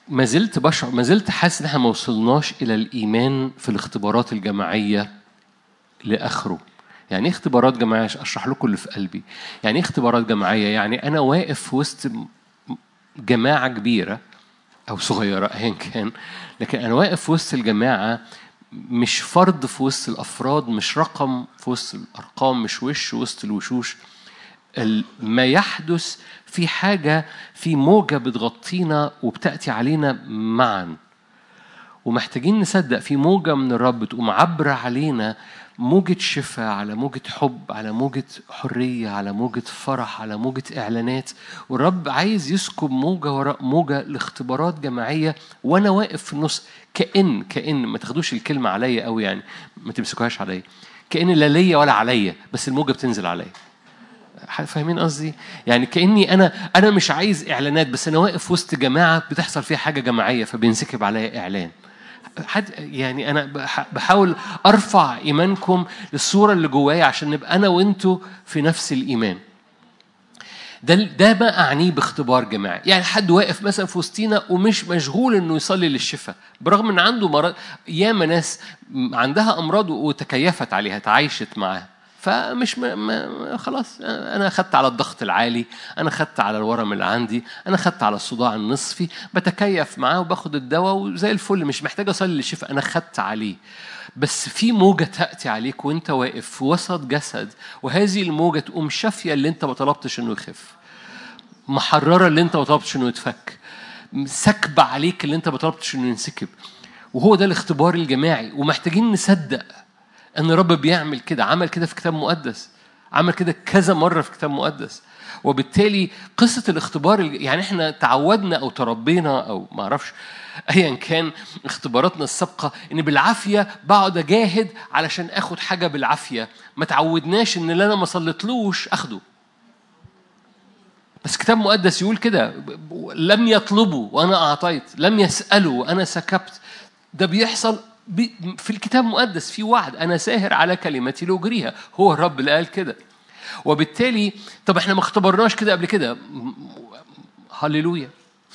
ما زلت حاسس ان احنا ما وصلناش الى الايمان في الاختبارات الجماعيه لاخره. يعني ايه اختبارات جماعيه؟ اشرح لكم اللي في قلبي. يعني ايه اختبارات جماعيه؟ يعني انا واقف في وسط جماعه كبيره او صغيره ايا كان، لكن انا واقف في وسط الجماعه، مش فرد في وسط الافراد، مش رقم في وسط الارقام، مش وش وسط الوشوش. ما يحدث في حاجة، في موجة بتغطينا وبتأتي علينا معا، ومحتاجين نصدق في موجة من الرب تقوم عبر علينا، موجة شفاء على موجة حب على موجة حرية على موجة فرح على موجة إعلانات. والرب عايز يسكب موجة وراء موجة لاختبارات جماعية، وأنا واقف في النص. كأن ما تاخدوش الكلمة عليا قوي، يعني ما تمسكوهاش عليا، كأن لا ليا ولا عليا، بس الموجة بتنزل عليا. فاهمين قصدي؟ يعني كأني أنا مش عايز إعلانات، بس أنا واقف وسط جماعة بتحصل فيها حاجة جماعية فبينسكب عليا إعلان. يعني أنا بحاول أرفع إيمانكم للصورة اللي جوايا عشان نبقى أنا وإنتوا في نفس الإيمان. ده ما أعنيه باختبار جماعي. يعني حد واقف مثلا في وسطينا ومش مشغول إنه يصلي للشفاء، برغم إن عنده مرض. ياما ناس عندها أمراض وتكيفت عليها، تعايشت معاها، فمش خلاص أنا أخدت على الضغط العالي، أنا أخدت على الورم اللي عندي، أنا أخدت على الصداع النصفي، بتكيف معاه وباخد الدواء وزي الفل، مش محتاج أصلي للشفاء، أنا أخدت عليه. بس في موجة تأتي عليك وانت واقف في وسط جسد، وهذه الموجة تقوم شافية اللي انت ما طلبتش انه يخف، محررة اللي انت ما طلبتش انه يتفك، سكب عليك اللي انت ما طلبتش انه ينسكب. وهو ده الاختبار الجماعي. ومحتاجين نصدق ان الرب بيعمل كده، عمل كده في كتاب مقدس، عمل كده كذا مرة في كتاب مقدس. وبالتالي قصة الاختبار يعني احنا تعودنا او تربينا او ما اعرفش ايا كان اختباراتنا السابقة ان بالعافية بقعد اجاهد علشان اخد حاجة بالعافية. ما تعودناش ان اللي انا ما صليتلوش اخده. بس كتاب مقدس يقول كده: لم يطلبوا وانا اعطيت، لم يسألوا وانا سكبت. ده بيحصل في الكتاب المقدس، في وعد: أنا ساهر على كلمتي لأجريها. هو الرب اللي قال كده. وبالتالي طب احنا ما اختبرناش كده قبل كده، هللويا.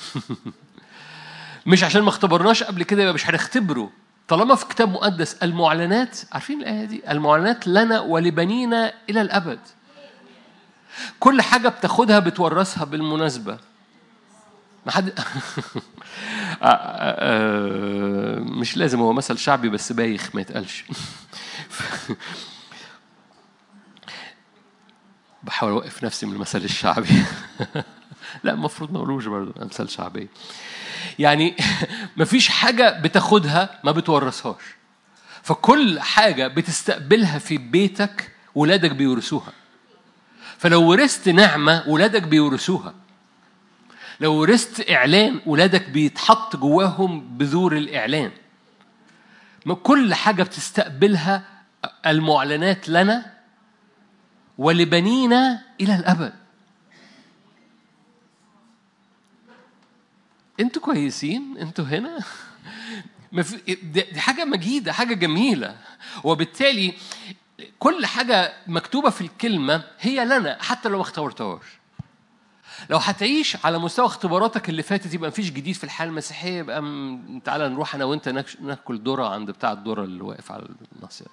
مش عشان ما اختبرناش قبل كده يبقى مش هنختبره. طالما في كتاب مقدس المعلنات، عارفين الآية دي؟ المعلنات لنا ولبنينا إلى الأبد. كل حاجة بتاخدها بتورثها بالمناسبة. ما حد مش لازم، هو مثل شعبي بس بايخ ما يتقالش. بحاول اوقف نفسي من المثل الشعبي. لا المفروض ما اقولوش برضه امثال شعبيه. يعني مفيش حاجه بتاخدها ما بتورثهاش. فكل حاجه بتستقبلها في بيتك ولادك بيورثوها. فلو ورثت نعمه ولادك بيورثوها. لو ورثت إعلان ولادك بيتحط جواهم بذور الإعلان. كل حاجة بتستقبلها المعلنات لنا ولبنينا إلى الأبد. أنتوا كويسين؟ أنتوا هنا؟ دي حاجة مجيدة، حاجة جميلة. وبالتالي كل حاجة مكتوبة في الكلمة هي لنا حتى لو ما اختبرتهاش. لو هتعيش على مستوى اختباراتك اللي فاتت يبقى مفيش جديد في الحياة المسيحية، يبقى تعالى نروح أنا وأنت ناكل ذرة عند بتاع الذرة اللي واقف على الناصية.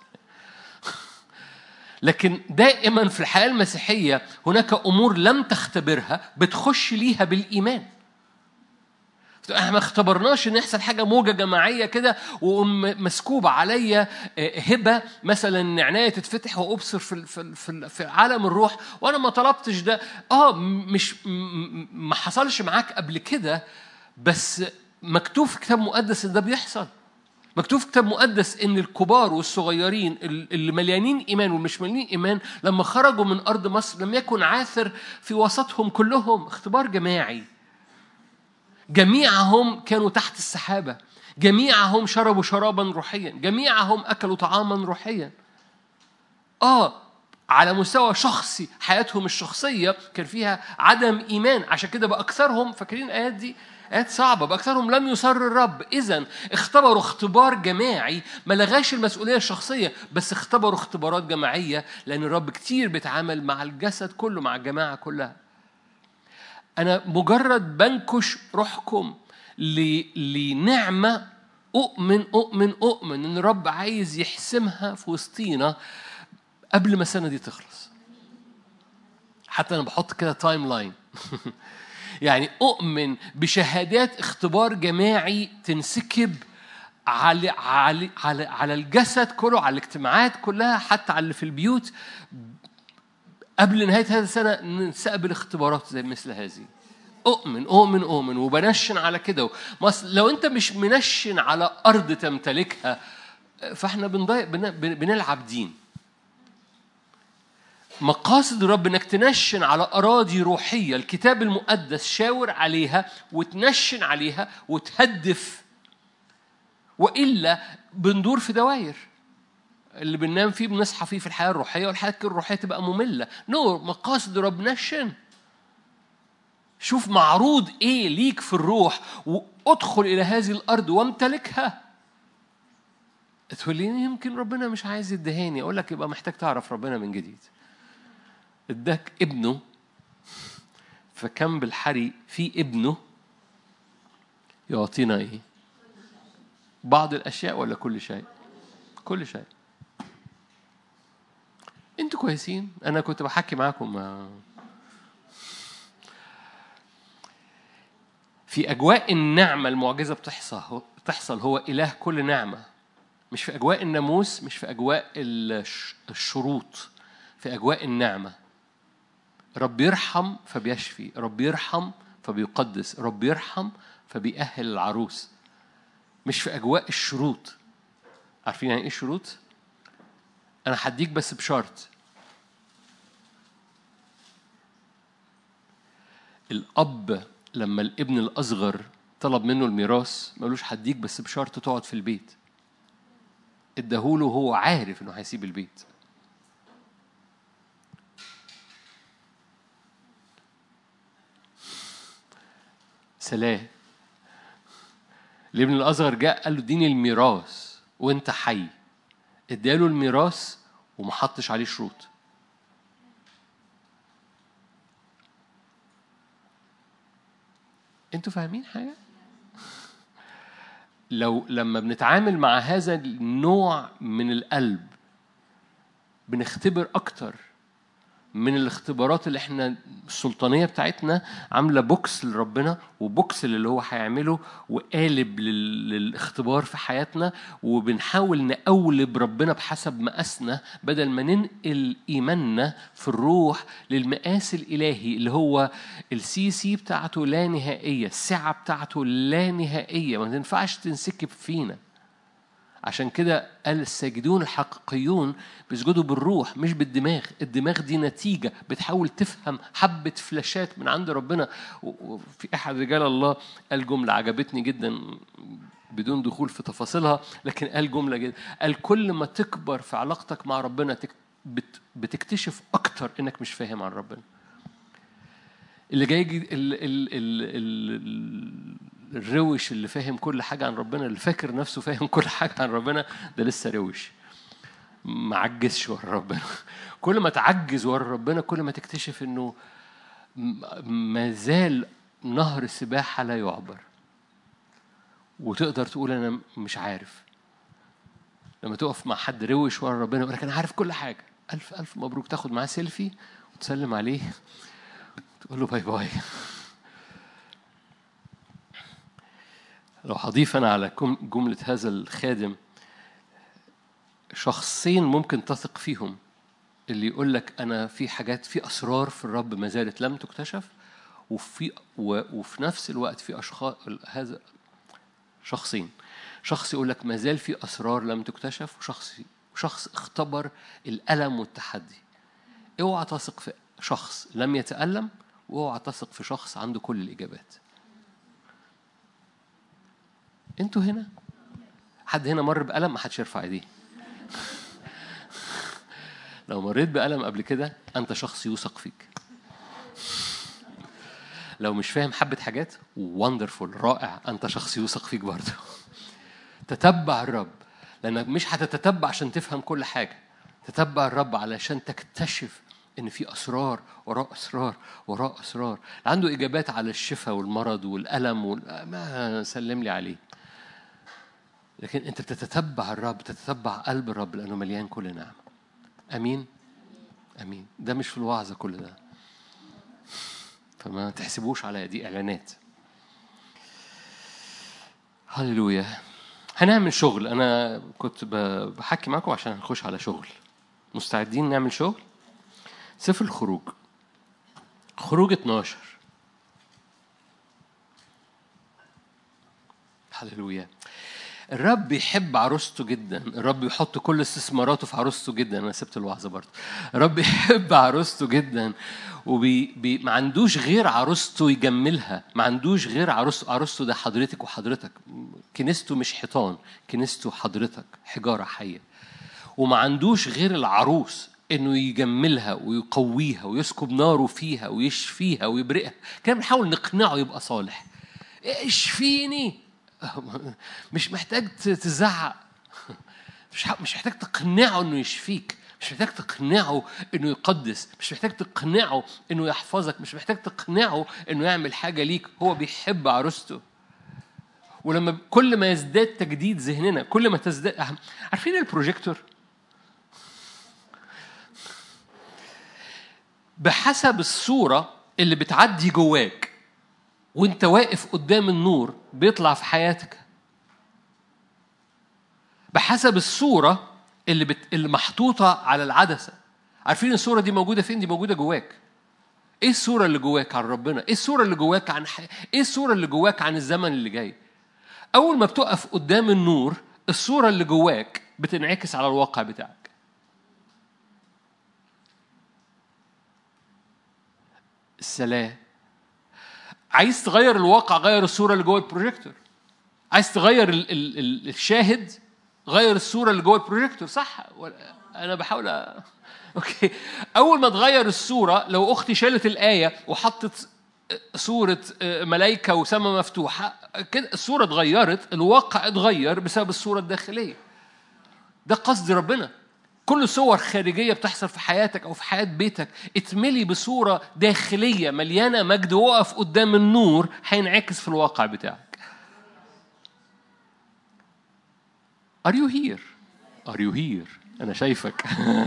لكن دائما في الحياة المسيحية هناك أمور لم تختبرها بتخش ليها بالإيمان. احنا ما اختبرناش ان يحصل حاجه موجه جماعيه كده ومسكوبه عليا هبه مثلا ان عينيا تتفتح وابصر في عالم الروح وانا ما طلبتش ده. مش ما حصلش معاك قبل كده، بس مكتوب في كتاب مقدس ان ده بيحصل. مكتوب في كتاب مقدس ان الكبار والصغيرين اللي مليانين ايمان والمش مليانين ايمان لما خرجوا من ارض مصر لم يكن عاثر في وسطهم كلهم. اختبار جماعي. جميعهم كانوا تحت السحابة، جميعهم شربوا شرابا روحيا، جميعهم أكلوا طعاما روحيا. على مستوى شخصي حياتهم الشخصية كان فيها عدم إيمان، عشان كده بأكثرهم، فاكرين الآيات دي آيات صعبة، بأكثرهم لم يسر الرب. إذن اختبروا اختبار جماعي ما لغاش المسؤولية الشخصية، بس اختبروا اختبارات جماعية لأن الرب كتير بيتعامل مع الجسد كله، مع الجماعة كلها. أنا مجرد بنكش روحكم لنعمة أؤمن إن الرب عايز يحسمها في وسطينا قبل ما السنة دي تخلص. حتى أنا بحط كده تايم لاين. يعني أؤمن بشهادات اختبار جماعي تنسكب على الجسد كله، على الاجتماعات كلها، حتى على اللي في البيوت قبل نهاية هذه السنة نستقبل اختبارات زي مثل هذه. أؤمن وبنشن على كده. لو أنت مش منشن على أرض تمتلكها فإحنا بنلعب دين. مقاصد الرب إنك تنشن على أراضي روحية الكتاب المقدس شاور عليها وتنشن عليها وتهدف، وإلا بندور في دوائر. اللي بننام فيه بنصحى فيه في الحياة الروحية، والحياة الروحية تبقى مملة. مقاصد الرب نشن. شوف معروض إيه ليك في الروح وأدخل إلى هذه الأرض وامتلكها. تقول لي يمكن ربنا مش عايز يدهاني. أقول لك يبقى محتاج تعرف ربنا من جديد. اداك ابنه، فكم بالحري في ابنه يعطينا ايه؟ بعض الاشياء ولا كل شيء؟ كل شيء. انتوا كويسين؟ انا كنت بحكي معاكم في اجواء النعمه المعجزه بتحصل. هو اله كل نعمه، مش في اجواء الناموس، مش في اجواء الشروط، في اجواء النعمه. رب يرحم فبيشفي، رب يرحم فبيقدس، رب يرحم فبيأهل العروس. مش في أجواء الشروط. عارفين يعني إيه الشروط؟ أنا هديك بس بشرط. الأب لما الابن الأصغر طلب منه الميراث ما قالوش هديك بس بشرط تقعد في البيت. اداهوله وهو عارف إنه هيسيب البيت. سلام. الابن الأصغر جاء قال له اديني الميراث وانت حي. اداله الميراث وما حطش عليه شروط. انتوا فاهمين حاجة؟ لما بنتعامل مع هذا النوع من القلب بنختبر أكتر من الاختبارات اللي احنا السلطانية بتاعتنا عاملة بوكس لربنا وبوكس اللي هو هيعمله وقالب للاختبار في حياتنا، وبنحاول نقولب ربنا بحسب مقاسنا بدل ما ننقل إيماننا في الروح للمقاس الإلهي اللي هو السي بتاعته لا نهائية، السعة بتاعته لا نهائية، ما تنفعش تنسكب فينا. عشان كده قال الساجدون الحقيقيون بيسجدوا بالروح مش بالدماغ. الدماغ دي نتيجة بتحاول تفهم حبة فلاشات من عند ربنا. وفي أحد رجال الله قال جملة عجبتني جدا بدون دخول في تفاصيلها، لكن قال جملة جدا. قال كل ما تكبر في علاقتك مع ربنا بتكتشف أكتر إنك مش فاهم عن ربنا. اللي جاي الروش اللي فاهم كل حاجة عن ربنا، اللي فاكر نفسه فاهم كل حاجة عن ربنا، ده لسه روش معجزش ورا ربنا. كل ما تعجز ورا ربنا كل ما تكتشف إنه ما زال نهر السباحة لا يعبر، وتقدر تقول أنا مش عارف. لما تقف مع حد روش ورا ربنا يقول لك أنا عارف كل حاجة، ألف ألف مبروك، تاخد معاه سيلفي وتسلم عليه تقول له باي باي. لو هضيف أنا على جملة هذا الخادم شخصين ممكن تثق فيهم، اللي يقول لك أنا في حاجات، في أسرار في الرب ما زالت لم تكتشف، وفي نفس الوقت في أشخاص. هذا شخصين، شخص يقول لك ما زال في أسرار لم تكتشف، وشخص اختبر الألم والتحدي. اوعى تثق في شخص لم يتألم، واوعى تثق في شخص عنده كل الإجابات. انتوا هنا حد هنا مر بألم؟ ما حدش يرفع ايديه. لو مريت بألم قبل كده انت شخص يوثق فيك. لو مش فاهم حبة حاجات وندرفول رائع، انت شخص يوثق فيك برضه. تتبع الرب، لانك مش هتتتبع عشان تفهم كل حاجة. تتبع الرب علشان تكتشف إن في أسرار وراء أسرار وراء أسرار. عنده إجابات على الشفاء والمرض والألم ما سلم لي عليه. لكن أنت بتتتبع الرب، بتتتبع قلب الرب لأنه مليان كل نعم. أمين أمين. ده مش في الوعظة كل ده، فما تحسبوش عليا، دي إعلانات. هللويا. هنعمل شغل. أنا كنت بحكي معكم عشان هنخش على شغل. مستعدين نعمل شغل؟ سفر الخروج، خروج 12. هللويا. الرب بيحب عروسته جدا. الرب بيحط كل استثماراته في عروسته جدا. أنا سبت الوعظة برضه. الرب بيحب عروسته جدا، ما عندوش غير عروسته يجملها. ما عندوش غير عروسته ده حضرتك وحضرتك. كنيسته مش حيطان، كنيسته حضرتك حجارة حية. وما عندوش غير العروس إنه يجملها ويقويها ويسكب ناره فيها ويشفيها ويبرئها. كان بنحاول نقنعه يبقى صالح. اشفيني. مش محتاج تزعق، مش محتاج تقنعه إنه يشفيك، مش محتاج تقنعه إنه يقدس، مش محتاج تقنعه إنه يحفظك، مش محتاج تقنعه إنه يعمل حاجة ليك. هو بيحب عروسته. ولما كل ما يزداد تجديد ذهننا، كل ما تزداد. عارفين البروجيكتور؟ بحسب الصورة اللي بتعدي جواك وانت واقف قدام النور بيطلع في حياتك. بحسب الصورة اللي محطوطة على العدسة. عارفين الصورة دي موجودة فين؟ دي موجودة جواك. ايه الصورة اللي جواك عن ربنا؟ ايه الصورة اللي جواك عن ايه الصورة اللي جواك عن الزمن اللي جاي؟ اول ما بتقف قدام النور، الصورة اللي جواك بتنعكس على الواقع بتاعك. السلام. عايز تغير الواقع، غير الصورة اللي جوه البروجيكتور. عايز تغير الشاهد، غير الصورة اللي جوه البروجيكتور. صح؟ أنا بحاول أوكي. أول ما تغير الصورة، لو أختي شالت الآية وحطت صورة ملايكة وسماء مفتوحة كده، الصورة اتغيرت، الواقع اتغير بسبب الصورة الداخلية. ده قصد ربنا. كل صور خارجية بتحصل في حياتك أو في حياة بيتك اتملي بصورة داخلية مليانة مجد. وقف قدام النور هينعكس في الواقع بتاعك. Are you here? Are you here? أنا شايفك.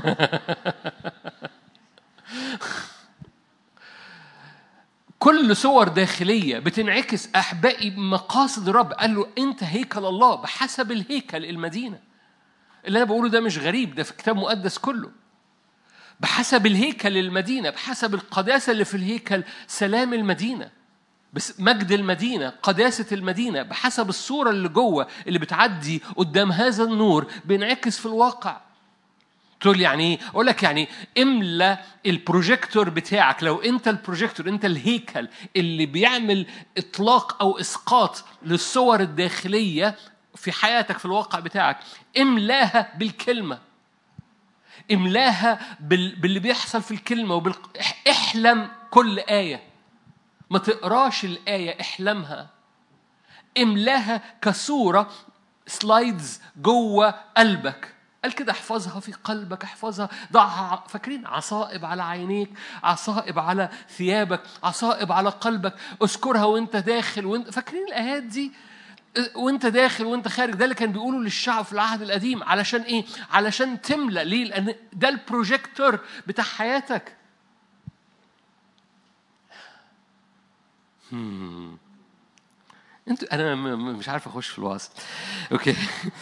كل صور داخلية بتنعكس. أحبائي مقاصد الرب قال له أنت هيكل الله بحسب الهيكل المدينة. اللي أنا بقوله ده مش غريب، ده في كتاب مقدس كله. بحسب الهيكل المدينة، بحسب القداسة اللي في الهيكل، سلام المدينة، بس مجد المدينة، قداسة المدينة، بحسب الصورة اللي جوه اللي بتعدي قدام هذا النور بينعكس في الواقع. تقول يعني ايه؟ اقول لك يعني املا البروجيكتور بتاعك. لو انت البروجيكتور، انت الهيكل اللي بيعمل اطلاق او اسقاط للصور الداخلية في حياتك في الواقع بتاعك، املاها بالكلمة، املاها باللي بيحصل في الكلمة احلم كل آية. ما تقراش الآية، احلمها، املاها كصورة سلايدز جوه قلبك. قال كده احفظها في قلبك، احفظها، ضعها. فاكرين عصائب على عينيك، عصائب على ثيابك، عصائب على قلبك. اذكرها وانت داخل فاكرين الآيات دي؟ وانت داخل وانت خارج. ده اللي كان بيقوله للشعب في العهد القديم. علشان ايه؟ علشان تملأ. ليه؟ لأن ده البروجيكتور بتاع حياتك. انا مش عارف اخش في الوعظ. اوكي.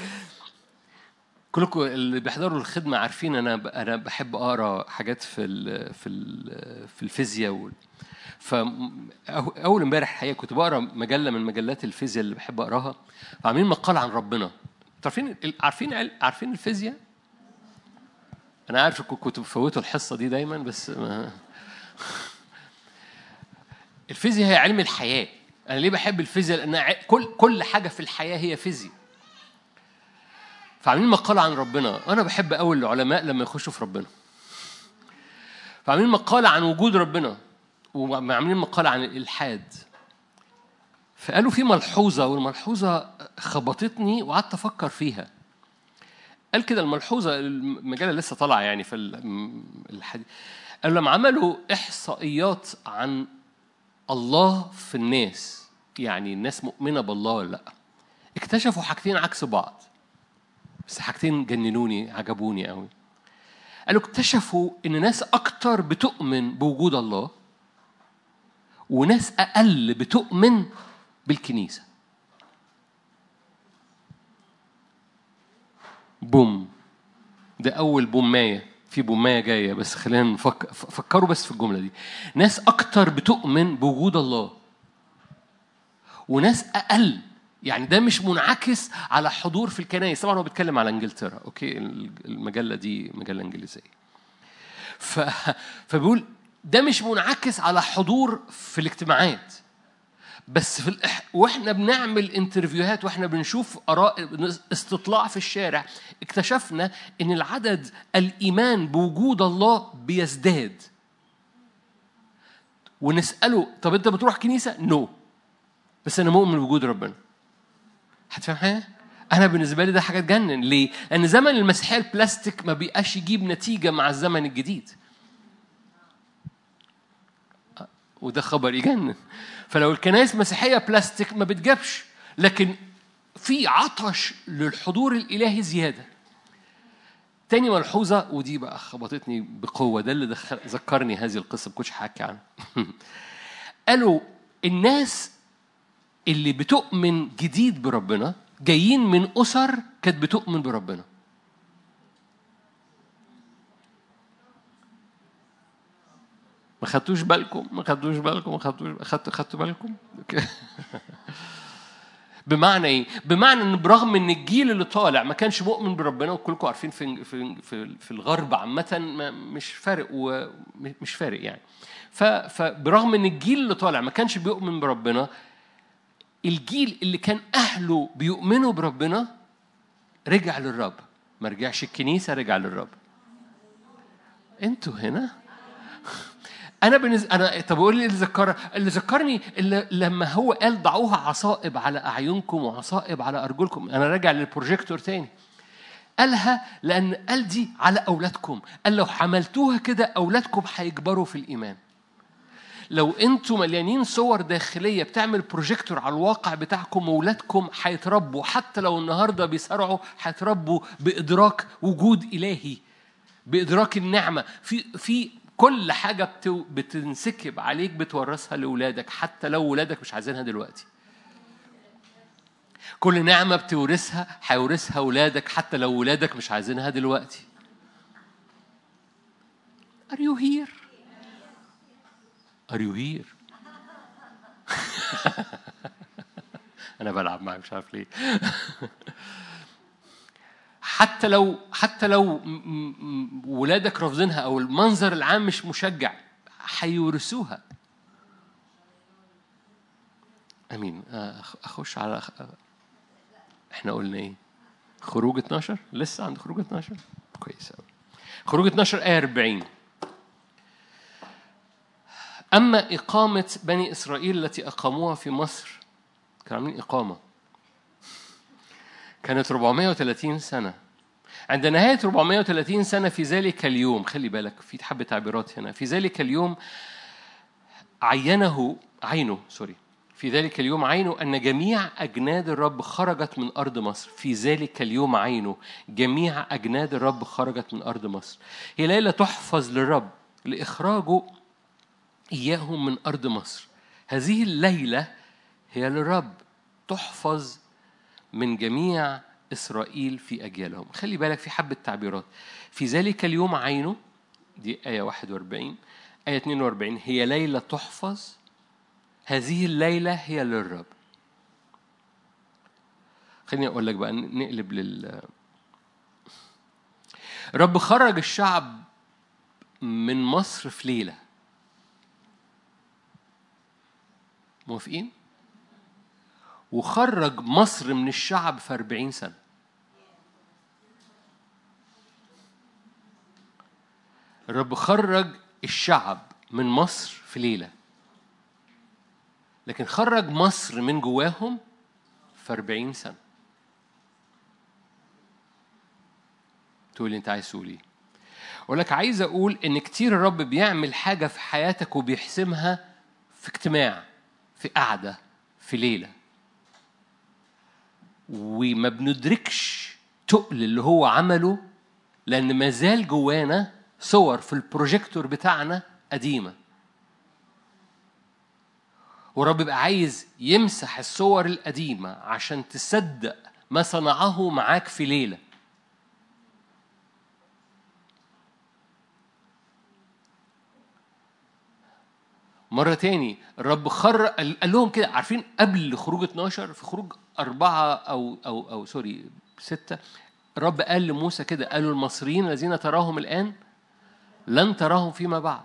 كلكم اللي بيحضروا الخدمة عارفين أنا بحب أقرأ حاجات في الفيزياء فأول امبارح الحقيقة كنت بقرأ مجلة من مجلات الفيزياء اللي بحب أقراها، عاملين مقال عن ربنا. عارفين الفيزياء؟ أنا عارف كنت بفوتوا الحصة دي دايما، بس الفيزياء هي علم الحياة. أنا ليه بحب الفيزياء؟ لأن كل حاجة في الحياة هي فيزياء. فعاملين مقال عن ربنا. أنا بحب أول العلماء لما يخشوا في ربنا. فعاملين مقال عن وجود ربنا، وعاملين مقال عن الإلحاد. فقالوا في ملحوظة، والملحوظة خبطتني وقعدت أفكر فيها. قال كده الملحوظة، المجلة لسه طالعة يعني في الحديث، قالوا لما عملوا إحصائيات عن الله في الناس، يعني الناس مؤمنة بالله ولا لأ، اكتشفوا حاجتين عكس بعض، بس حاجتين جننوني عجبوني قوي. قالوا اكتشفوا إن ناس أكتر بتؤمن بوجود الله وناس أقل بتؤمن بالكنيسة. بوم، ده أول بوماية، في بوماية جاية، بس خلينا فكروا بس في الجملة دي. ناس أكتر بتؤمن بوجود الله وناس أقل، يعني ده مش منعكس على حضور في الكنائس. طبعا هو بيتكلم على انجلترا، اوكي، المجلة دي مجلة انجليزية. فبيقول ده مش منعكس على حضور في الاجتماعات، بس واحنا بنعمل انترفيوهات واحنا بنشوف آراء استطلاع في الشارع، اكتشفنا ان العدد الإيمان بوجود الله بيزداد. ونسأله طب انت بتروح كنيسة؟ نو، بس انا مؤمن بوجود ربنا. هتفهم حاجة؟ انا بالنسبة لي ده حاجة تجنن. ليه؟ لان زمن المسيحية البلاستيك ما بيبقاش يجيب نتيجة مع الزمن الجديد، وده خبر يجنن. فلو الكنائس مسيحية بلاستيك ما بتجابش، لكن في عطش للحضور الإلهي زيادة. تاني ملحوظة، ودي بقى خبطتني بقوة، ده اللي ذكرني هذه القصة، ما كنتش حاكي عنها. قالوا الناس اللي بتؤمن جديد بربنا جايين من أسر كانت بتؤمن بربنا. ما خدتوش بالكم؟ خدتوا بالكم؟ بمعنى ايه؟ بمعنى ان برغم ان الجيل اللي طالع ما كانش مؤمن بربنا، وكلكم عارفين في الغرب عامه مش فارق ومش فارق يعني. فبرغم ان الجيل اللي طالع ما كانش بيؤمن بربنا، الجيل اللي كان اهله بيؤمنوا بربنا رجع للرب. ما رجعش الكنيسه، رجع للرب. انتوا هنا. انا طب اقول لي اللي ذكرني اللي لما هو قال ضعوها عصائب على اعينكم وعصائب على ارجلكم. انا راجع للبروجيكتور تاني. قالها لان قال دي على اولادكم. قال لو حملتوها كده اولادكم هيكبروا في الايمان. لو انتم مليانين صور داخليه بتعمل بروجيكتور على الواقع بتاعكم، اولادكم هيتربوا حتى لو النهارده بيسرعوا، هيتربوا بادراك وجود الهي، بادراك النعمه في كل حاجة بتنسكب عليك بتورثها لأولادك حتى لو ولادك مش عايزينها دلوقتي. كل نعمة بتورثها هيورثها ولادك حتى لو ولادك مش عايزينها دلوقتي. Are you here? Are you here? أنا بلعب معك مش عارف ليه. حتى لو ولادك رافضينها أو المنظر العام مش مشجع، هيورثوها. أمين. أخش على إحنا قلنا إيه؟ خروج 12 لسه عند خروج 12 كويس أوي. خروج 12 آية 40. أما إقامة بني إسرائيل التي أقاموها في مصر، كانوا عاملين إقامة كانت 430 سنة. عند نهاية 430 سنة في ذلك اليوم، خلي بالك في حبة تعبيرات هنا، في ذلك اليوم في ذلك اليوم عينه أن جميع أجناد الرب خرجت من أرض مصر. في ذلك اليوم عينه جميع أجناد الرب خرجت من أرض مصر. هي ليلة تحفظ للرب لإخراجه إياهم من أرض مصر. هذه الليلة هي للرب تحفظ من جميع إسرائيل في أجيالهم. خلي بالك في حبة تعبيرات. في ذلك اليوم عينه، دي آية 41. آية 42 هي ليلة تحفظ. هذه الليلة هي للرب. خليني أقول لك بقى، نقلب رب خرج الشعب من مصر في ليلة. موافقين؟ وخرج مصر من الشعب في 40 سنة. الرب خرج الشعب من مصر في ليلة، لكن خرج مصر من جواهم في 40 سنة. تقول لي أنت عايز تقول إيه؟ ولك عايز أقول إن كتير الرب بيعمل حاجة في حياتك وبيحسمها في اجتماع، في قعدة، في ليلة، وما بندركش تقل اللي هو عمله، لأن ما زال جوانا صور في البروجيكتور بتاعنا قديمة، ورب بيبقى عايز يمسح الصور القديمة عشان تصدق ما صنعه معاك في ليلة. مرة تاني الرب قال لهم كده، عارفين قبل خروج 12 في خروج 4 أو سوري 6، الرب قال لموسى كده، قالوا المصريين الذين تراهم الآن لن تراهم فيما بعد.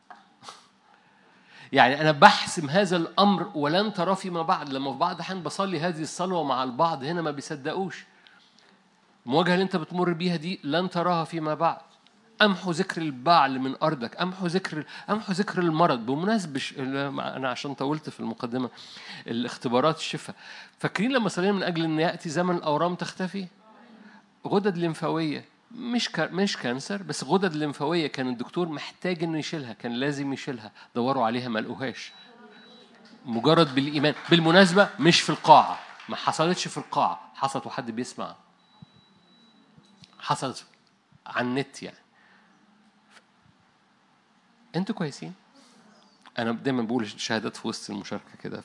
يعني أنا بحسم هذا الأمر ولن تراه فيما بعد. لما في بعض الأحيان بصلي هذه الصلوة مع البعض هنا ما بيصدقوش المواجهة اللي أنت بتمر بيها دي لن تراها فيما بعد. أمحو ذكر البعل من أرضك، أمحو ذكر المرض. بمناسبة أنا عشان طولت في المقدمة، الاختبارات الشفاء، فاكرين لما صلينا من أجل أن يأتي زمن الأورام تختفي؟ غدد لمفاوية، مش كانسر، بس غدد لمفاوية كان الدكتور محتاج إنه يشيلها، كان لازم يشيلها، دوروا عليها ما لقوهاش. مجرد بالإيمان. بالمناسبة مش في القاعة، ما حصلتش في القاعة، حصلت وحد بيسمع، حصلت على النت. يعني انتوا كويسين؟ انا دايما بقول شهادات في وسط المشاركه كده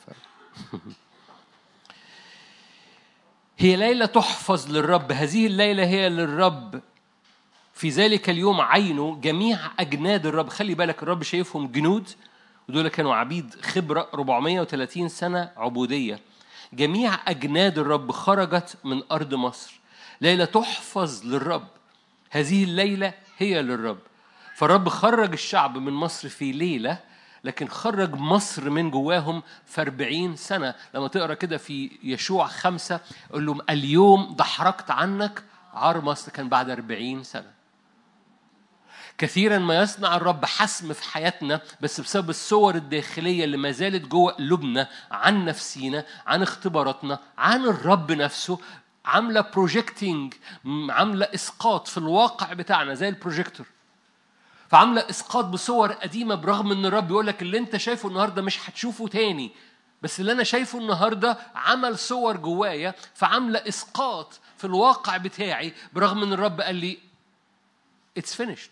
هي ليله تحفظ للرب، هذه الليله هي للرب. في ذلك اليوم عينه جميع اجناد الرب. خلي بالك الرب شايفهم جنود، ودول كانوا عبيد خبره 430 سنه عبوديه. جميع اجناد الرب خرجت من ارض مصر. ليله تحفظ للرب، هذه الليله هي للرب. فالرب خرج الشعب من مصر في ليلة، لكن خرج مصر من جواهم في 40 سنة. لما تقرأ كده في يشوع 5 قال لهم اليوم دحرجت عنك عار مصر، كان بعد 40 سنة. كثيرا ما يصنع الرب حسم في حياتنا بس بسبب الصور الداخلية اللي ما زالت جوه قلوبنا عن نفسينا، عن اختباراتنا، عن الرب نفسه، عاملة بروجيكتينج، عاملة إسقاط في الواقع بتاعنا زي البروجيكتور. فعاملة إسقاط بصور قديمة، برغم إن الرب يقول لك اللي أنت شايفه النهاردة مش هتشوفه تاني، بس اللي أنا شايفه النهاردة عمل صور جوايا، فعاملة إسقاط في الواقع بتاعي، برغم إن الرب قال لي It's finished.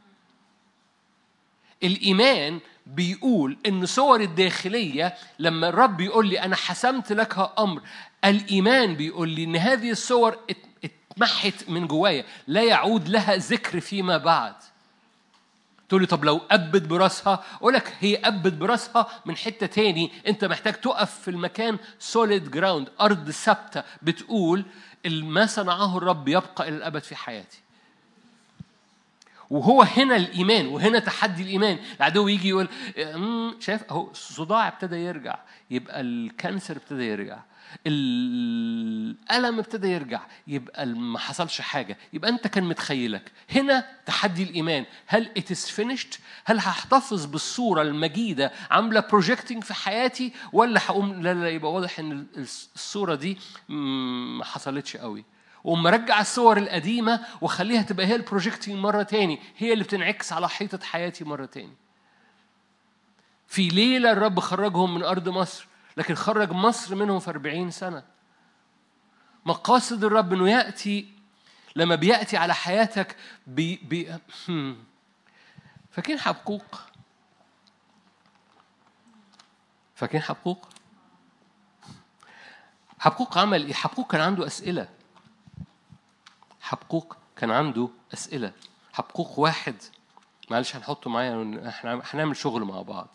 الإيمان بيقول إن صور الداخلية لما الرب يقول لي أنا حسمت لك أمر، الإيمان بيقول لي إن هذه الصور اتمحت من جوايا، لا يعود لها ذكر فيما بعد. تقول لي طب لو أبت براسها، أقولك هي أبت براسها من حتة تاني. أنت محتاج تقف في المكان solid ground، أرض ثابتة بتقول ما صنعه الرب يبقى إلى الأبد في حياتي. وهو هنا الإيمان، وهنا تحدي الإيمان. العدو يجي يقول شايف أهو الصداع ابتدى يرجع، يبقى الكانسر ابتدى يرجع، الألم ابتدى يرجع، يبقى ما حصلش حاجة، يبقى أنت كان متخيلك. هنا تحدي الإيمان، هل it is finished؟ هل هحتفظ بالصورة المجيدة عاملة projecting في حياتي، ولا هقوم لا يبقى واضح إن الصورة دي ما حصلتش قوي، وأما رجع الصور القديمة وخليها تبقى هي البروجيكتين مرة تاني، هي اللي بتنعكس على حيطة حياتي مرة تاني. في ليلة الرب خرجهم من أرض مصر، لكن خرج مصر منهم في 40 سنة. مقاصد الرب إنه يأتي، لما بيأتي على حياتك فاكرين حبقوق؟ فاكرين حبقوق؟ حبقوق عمل إيه؟ حبقوق كان عنده أسئلة. حبقوق كان عنده أسئلة. حبقوق 1، معلش هنحطه معايا، احنا هنعمل شغل مع بعض.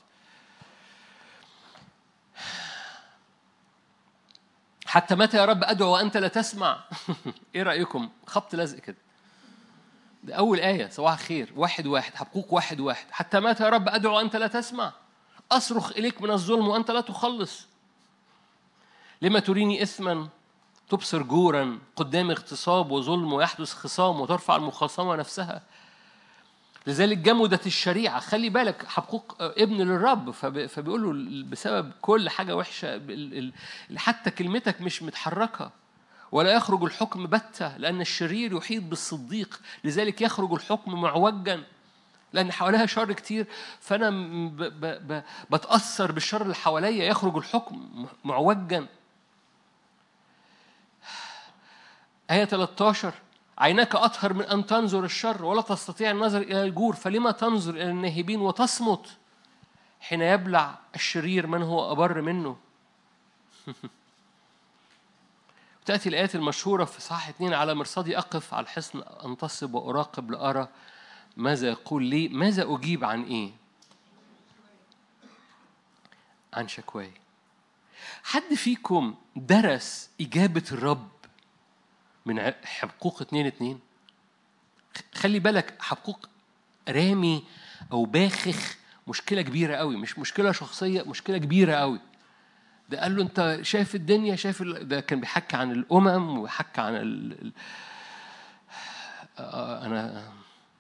حتى متى يا رب أدعو وأنت لا تسمع؟ إيه رأيكم؟ خبط لزق كده. ده أول آية، صباح الخير. 1:1 حبقوق 1:1. حتى متى يا رب أدعو وأنت لا تسمع؟ أصرخ إليك من الظلم وأنت لا تخلص. لما تريني إثما تبصر جورا، قدام اغتصاب وظلم، ويحدث خصام وترفع المخاصمة نفسها. لذلك جمدت الشريعة. خلي بالك حبقوق ابن للرب، فبيقول له بسبب كل حاجة وحشة حتى كلمتك مش متحركة، ولا يخرج الحكم بتة، لأن الشرير يحيط بالصديق، لذلك يخرج الحكم معوجا، لأن حواليها شر كتير، فأنا بتأثر بالشر اللي حواليا. يخرج الحكم معوجا. آية 13: عيناك أطهر من أن تنظر الشر، ولا تستطيع النظر إلى الجور، فلما تنظر إلى الناهبين وتصمت حين يبلع الشرير من هو أبر منه. تأتي الآيات المشهورة في صحاح 2: على مرصدي أقف على الحصن أنتصب وأراقب لأرى ماذا يقول لي، ماذا أجيب عن إيه؟ عن شكواي. حد فيكم درس إجابة الرب من حبقوق 2:2؟ خلي بالك، حبقوق رامي أو باخخ مشكلة كبيرة قوي، مش مشكلة شخصية، مشكلة كبيرة قوي. ده قال له أنت شايف الدنيا، شايف ده كان بيحكي عن الأمم ويحكي عن أنا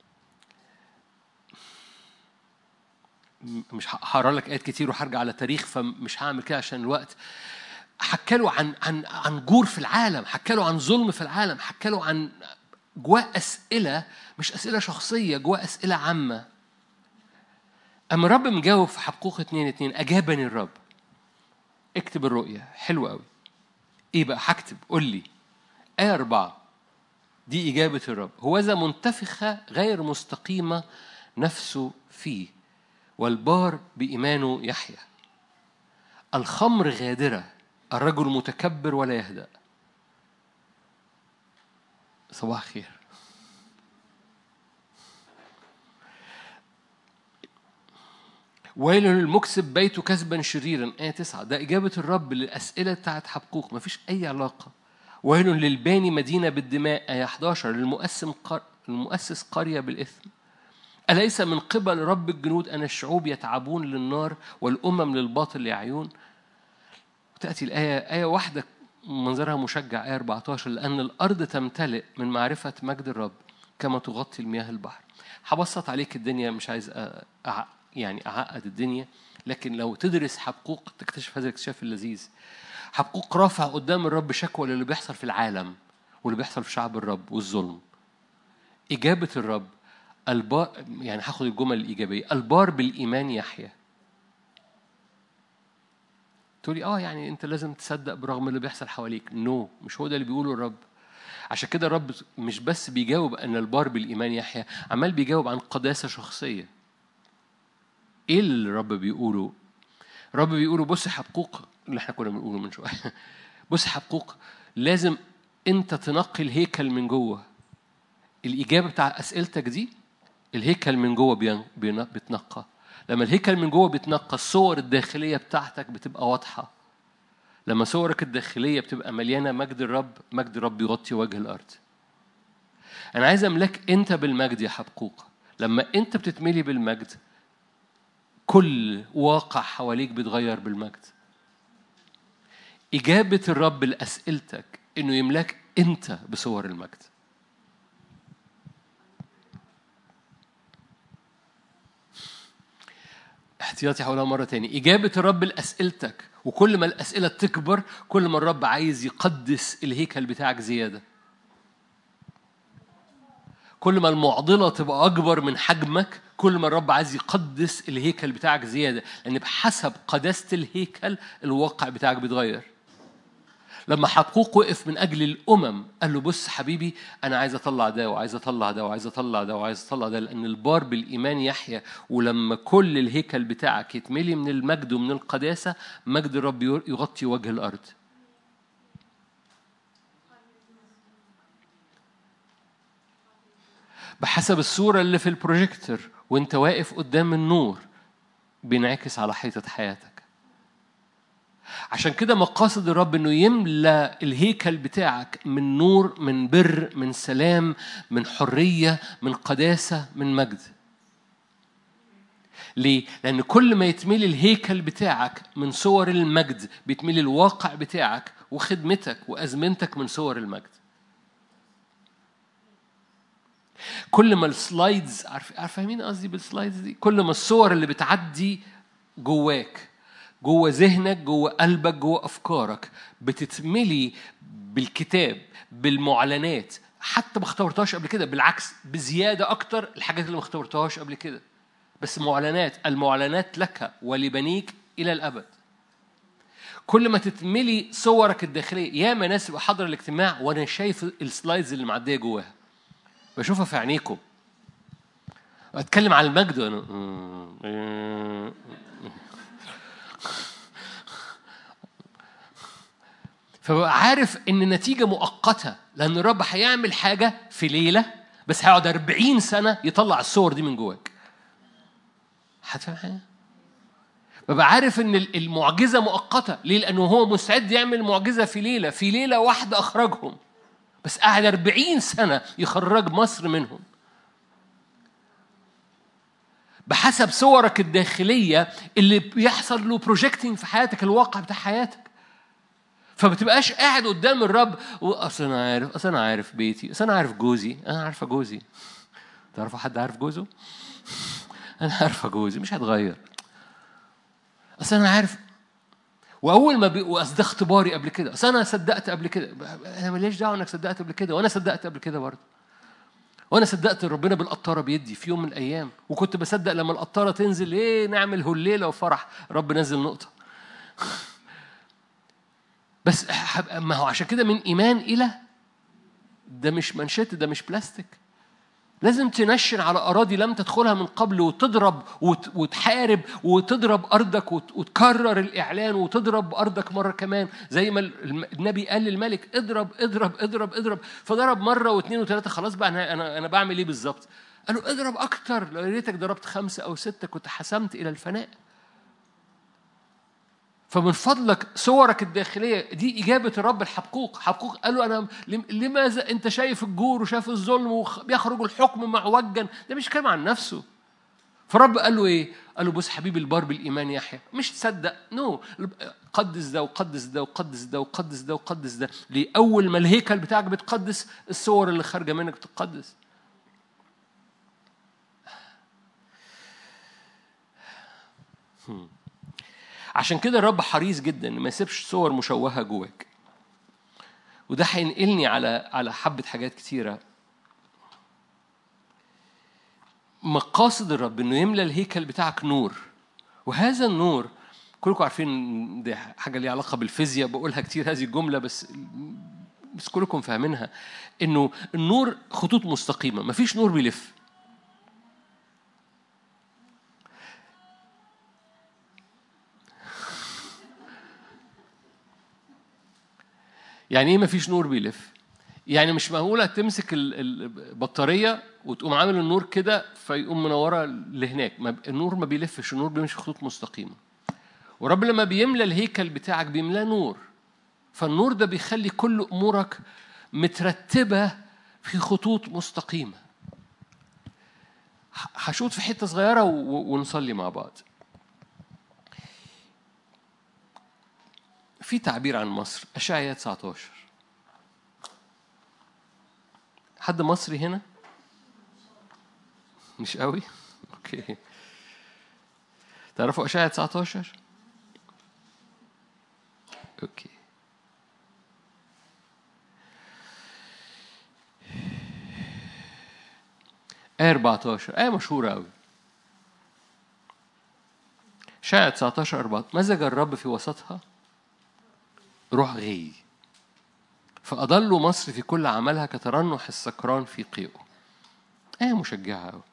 مش هقرا لك آيات كتير وهرجع على تاريخ، فمش هعمل كده عشان الوقت. حكى له عن جور في العالم، حكى له عن ظلم في العالم، حكى له عن جواء أسئلة، مش أسئلة شخصية، جواء أسئلة عامة. أما الرب مجاوب في حبقوق 2:2: أجابني الرب. اكتب الرؤية، حلوة قوي. إيه بقى هكتب؟ قول لي. آية 4 دي إجابة الرب: هوذا منتفخة غير مستقيمة نفسه فيه، والبار بإيمانه يحيا. الخمر غادرة، الرجل متكبر ولا يهدأ. صباح خير. ويل للمكسب بيت كسبا شريرا. آية 9 ده إجابة الرب للأسئلة بتاعت حبقوق، مفيش أي علاقة. ويل للباني مدينة بالدماء. آية 11 للمؤسس قرية بالإثم. أليس من قبل رب الجنود أن الشعوب يتعبون للنار والأمم للباطل يعيون؟ تأتي آية واحدة منظرها مشجع، آية 14: لأن الأرض تمتلئ من معرفة مجد الرب كما تغطي المياه البحر. هبسط عليك الدنيا، مش عايز يعني أعقد الدنيا، لكن لو تدرس حبقوق تكتشف هذا الاكتشاف اللذيذ. حبقوق رافع قدام الرب شكوى للي بيحصل في العالم واللي بيحصل في شعب الرب والظلم. إجابة الرب: البار، يعني هاخد الجمل الإيجابية، البار بالإيمان يحيا. تقولي يعني أنت لازم تصدق برغم اللي بيحصل حواليك. مش هو ده اللي بيقوله الرب. عشان كده الرب مش بس بيجاوب أن البار بالإيمان يحيا، عمال بيجاوب عن قداسة شخصية. إيه اللي الرب بيقوله؟ الرب بيقوله: بص حبقوق، اللي احنا كنا بنقوله من شوية. بص حبقوق، لازم أنت تنقي الهيكل من جوه. الإجابة بتاع أسئلتك دي، الهيكل من جوه بيتنقى. لما الهيكل من جوه بيتنقى، الصور الداخلية بتاعتك بتبقى واضحة. لما صورك الداخلية بتبقى مليانة مجد الرب، مجد الرب يغطي وجه الأرض. أنا عايز أملك أنت بالمجد يا حبقوق. لما أنت بتتملي بالمجد، كل واقع حواليك بيتغير بالمجد. إجابة الرب لأسئلتك إنه يملك أنت بصور المجد. احتياطي هقولها مرة تاني. إجابة الرب لأسئلتك، وكل ما الأسئلة تكبر كل ما الرب عايز يقدس الهيكل بتاعك زيادة. كل ما المعضلة تبقى أكبر من حجمك كل ما الرب عايز يقدس الهيكل بتاعك زيادة، لأن بحسب قداسة الهيكل الواقع بتاعك بيتغير. لما حبقوق وقف من أجل الأمم قال له: بص حبيبي، أنا عايز أطلع ده وعايز أطلع ده وعايز أطلع ده وعايز أطلع ده، لأن البار بالإيمان يحيا. ولما كل الهيكل بتاعك يتملي من المجد ومن القداسة، مجد الرب يغطي وجه الأرض. بحسب الصورة اللي في البروجيكتور وانت واقف قدام النور بينعكس على حيطة حياتك. عشان كده مقاصد الرب انه يملأ الهيكل بتاعك من نور، من بر، من سلام، من حرية، من قداسة، من مجد. ليه؟ لأن كل ما يتملي الهيكل بتاعك من صور المجد بيتملي الواقع بتاعك وخدمتك وأزمنتك من صور المجد. كل ما السلايدز، عارفين قصدي بالسلايدز دي؟ كل ما الصور اللي بتعدي جواك جوه ذهنك، جوه قلبك، جوه أفكارك، بتتملي بالكتاب، بالمعلنات، حتى ما اختبرتهاش قبل كده، بالعكس بزيادة أكتر الحاجات اللي ما اختبرتهاش قبل كده، بس معلنات، المعلنات لك ولبنيك إلى الأبد. كل ما تتملي صورك الداخلية، ياما ناس حضر الاجتماع وأنا شايف السلايدز اللي معدية جواها، بشوفها في عينيكم. أتكلم عن المجد وأنا فبقى عارف إن النتيجة مؤقتة، لأن الرب هيعمل حاجة في ليلة، بس هيقعد 40 سنة يطلع الصور دي من جواك. هتفهم حاجة؟ ببقى عارف إن المعجزة مؤقتة. ليه؟ لأنه هو مستعد يعمل معجزة في ليلة، في ليلة واحدة أخرجهم، بس قاعد 40 سنة يخرج مصر منهم بحسب صورك الداخلية اللي بيحصل له بروجيكتنج في حياتك، الواقع بتاع حياتك. فبتبقاش قاعد قدام الرب أصل أنا عارف بيتي، أصل أنا عارف جوزي، أنا عارفة جوزي. تعرفوا حد عارف جوزه؟ أنا عارفة جوزي مش هتغير، أصل أنا عارف. واول ما واصل ده اختباري قبل كده، اصل انا صدقت قبل كده. انا ماليش دعوه انك صدقت قبل كده، وانا صدقت قبل كده برضه. وانا صدقت ربنا بالقطاره بيدي في يوم من الايام، وكنت بصدق لما القطاره تنزل نعمل هليله وفرح، رب نزل نقطه. بس ما هو عشان كده من ايمان الى، ده مش منشط، ده مش بلاستيك. لازم تنشن على أراضي لم تدخلها من قبل، وتضرب وتحارب وتضرب أرضك وتكرر الإعلان وتضرب أرضك مرة كمان، زي ما النبي قال للملك اضرب اضرب اضرب اضرب. فضرب مرة واثنين وثلاثة، خلاص بقى أنا بعمل إيه بالظبط؟ قالوا اضرب أكتر، لو ريتك ضربت 5 أو 6 كنت حسمت إلى الفناء. فمن فضلك صورك الداخلية دي إجابة الرب. حبقوق قال له أنا لماذا أنت شايف الجور وشايف الظلم وبيخرج الحكم معوجا؟ ده مش كلام عن نفسه. فالرب قال له إيه؟ قال له بص حبيبي، البار بالإيمان يحيى. مش تصدق، قدس ده وقدس ده وقدس ده وقدس ده وقدس ده. ليه؟ أول ما الهيكل بتاعك بتقدس، الصور اللي خارجة منك بتقدس. عشان كده الرب حريص جدا ما يسيبش صور مشوهة جواك. وده هينقلني على حبة حاجات كتيرة. مقاصد الرب إنه يملى الهيكل بتاعك نور، وهذا النور كلكم عارفين، دي حاجة ليها علاقة بالفيزياء، بقولها كتير هذه الجملة، بس كلكم فاهمينها. إنه النور خطوط مستقيمة، مفيش نور بيلف. يعني إيه مفيش نور بيلف؟ يعني مش معقولة تمسك البطارية وتقوم عامل النور كده فيقوم منورة لهناك. النور ما بيلفش، النور بيمشي خطوط مستقيمة. ورب لما بيملى الهيكل بتاعك بيملاه نور، فالنور ده بيخلي كل أمورك مترتبة في خطوط مستقيمة. هشوط في حتة صغيرة ونصلي مع بعض. في تعبير عن مصر، أشعياء 19. حد مصري هنا؟ مش قوي؟ أوكي. تعرفوا أشعياء 19؟ أوكي. آية 14، آية مشهورة قوي. أشعياء 19 14. مزج الرب في وسطها روح غي، فأضلوا مصر في كل عملها كترنح السكران في قيئه. آية مشجعة قوي.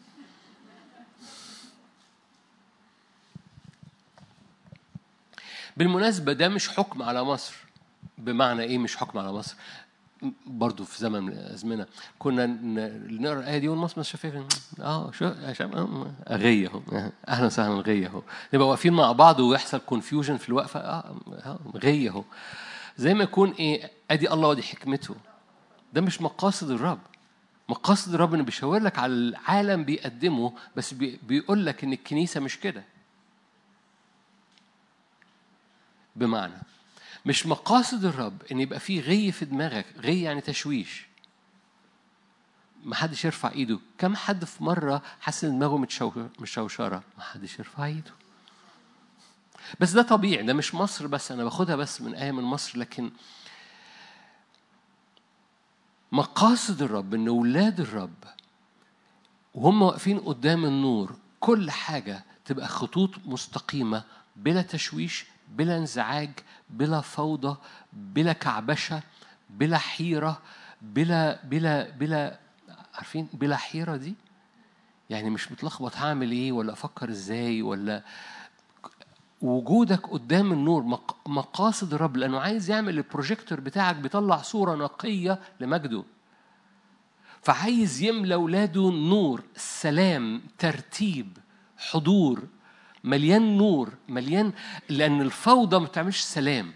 بالمناسبة ده مش حكم على مصر. بمعنى إيه مش حكم على مصر؟ برضو في زمن من الأزمنة كنا نقرأ الآية دي والمصر مش شايفين شو غية اهو، أهلا وسهلا غية اهو، نبقى واقفين مع بعض ويحصل كونفيوجن في الوقفة. غية اهو، زي ما يكون أدي الله ودي حكمته. ده مش مقاصد الرب. مقاصد الرب إنه بيشاور لك على العالم بيقدمه، بس بيقول لك إن الكنيسة مش كده. بمعنى مش مقاصد الرب إن يبقى فيه غي في دماغك. غي يعني تشويش. ما حدش يرفع إيده. كم حد في مرة حس إن دماغه مشوشرة؟ ما حدش يرفع إيده. بس ده طبيعي، ده مش مصر بس، أنا باخدها بس من آية من مصر. لكن مقاصد الرب إن أولاد الرب وهم واقفين قدام النور كل حاجة تبقى خطوط مستقيمة، بلا تشويش، بلا انزعاج، بلا فوضى، بلا كعبشة، بلا حيرة، بلا عارفين بلا حيرة دي؟ يعني مش متلخبط هعمل ايه ولا افكر ازاي، ولا وجودك قدام النور مقاصد الرب، لانه عايز يعمل البروجيكتور بتاعك بيطلع صورة نقية لمجده. فعايز يملى ولاده نور، سلام، ترتيب، حضور، مليان نور، مليان، لأن الفوضى ما بتعملش سلام.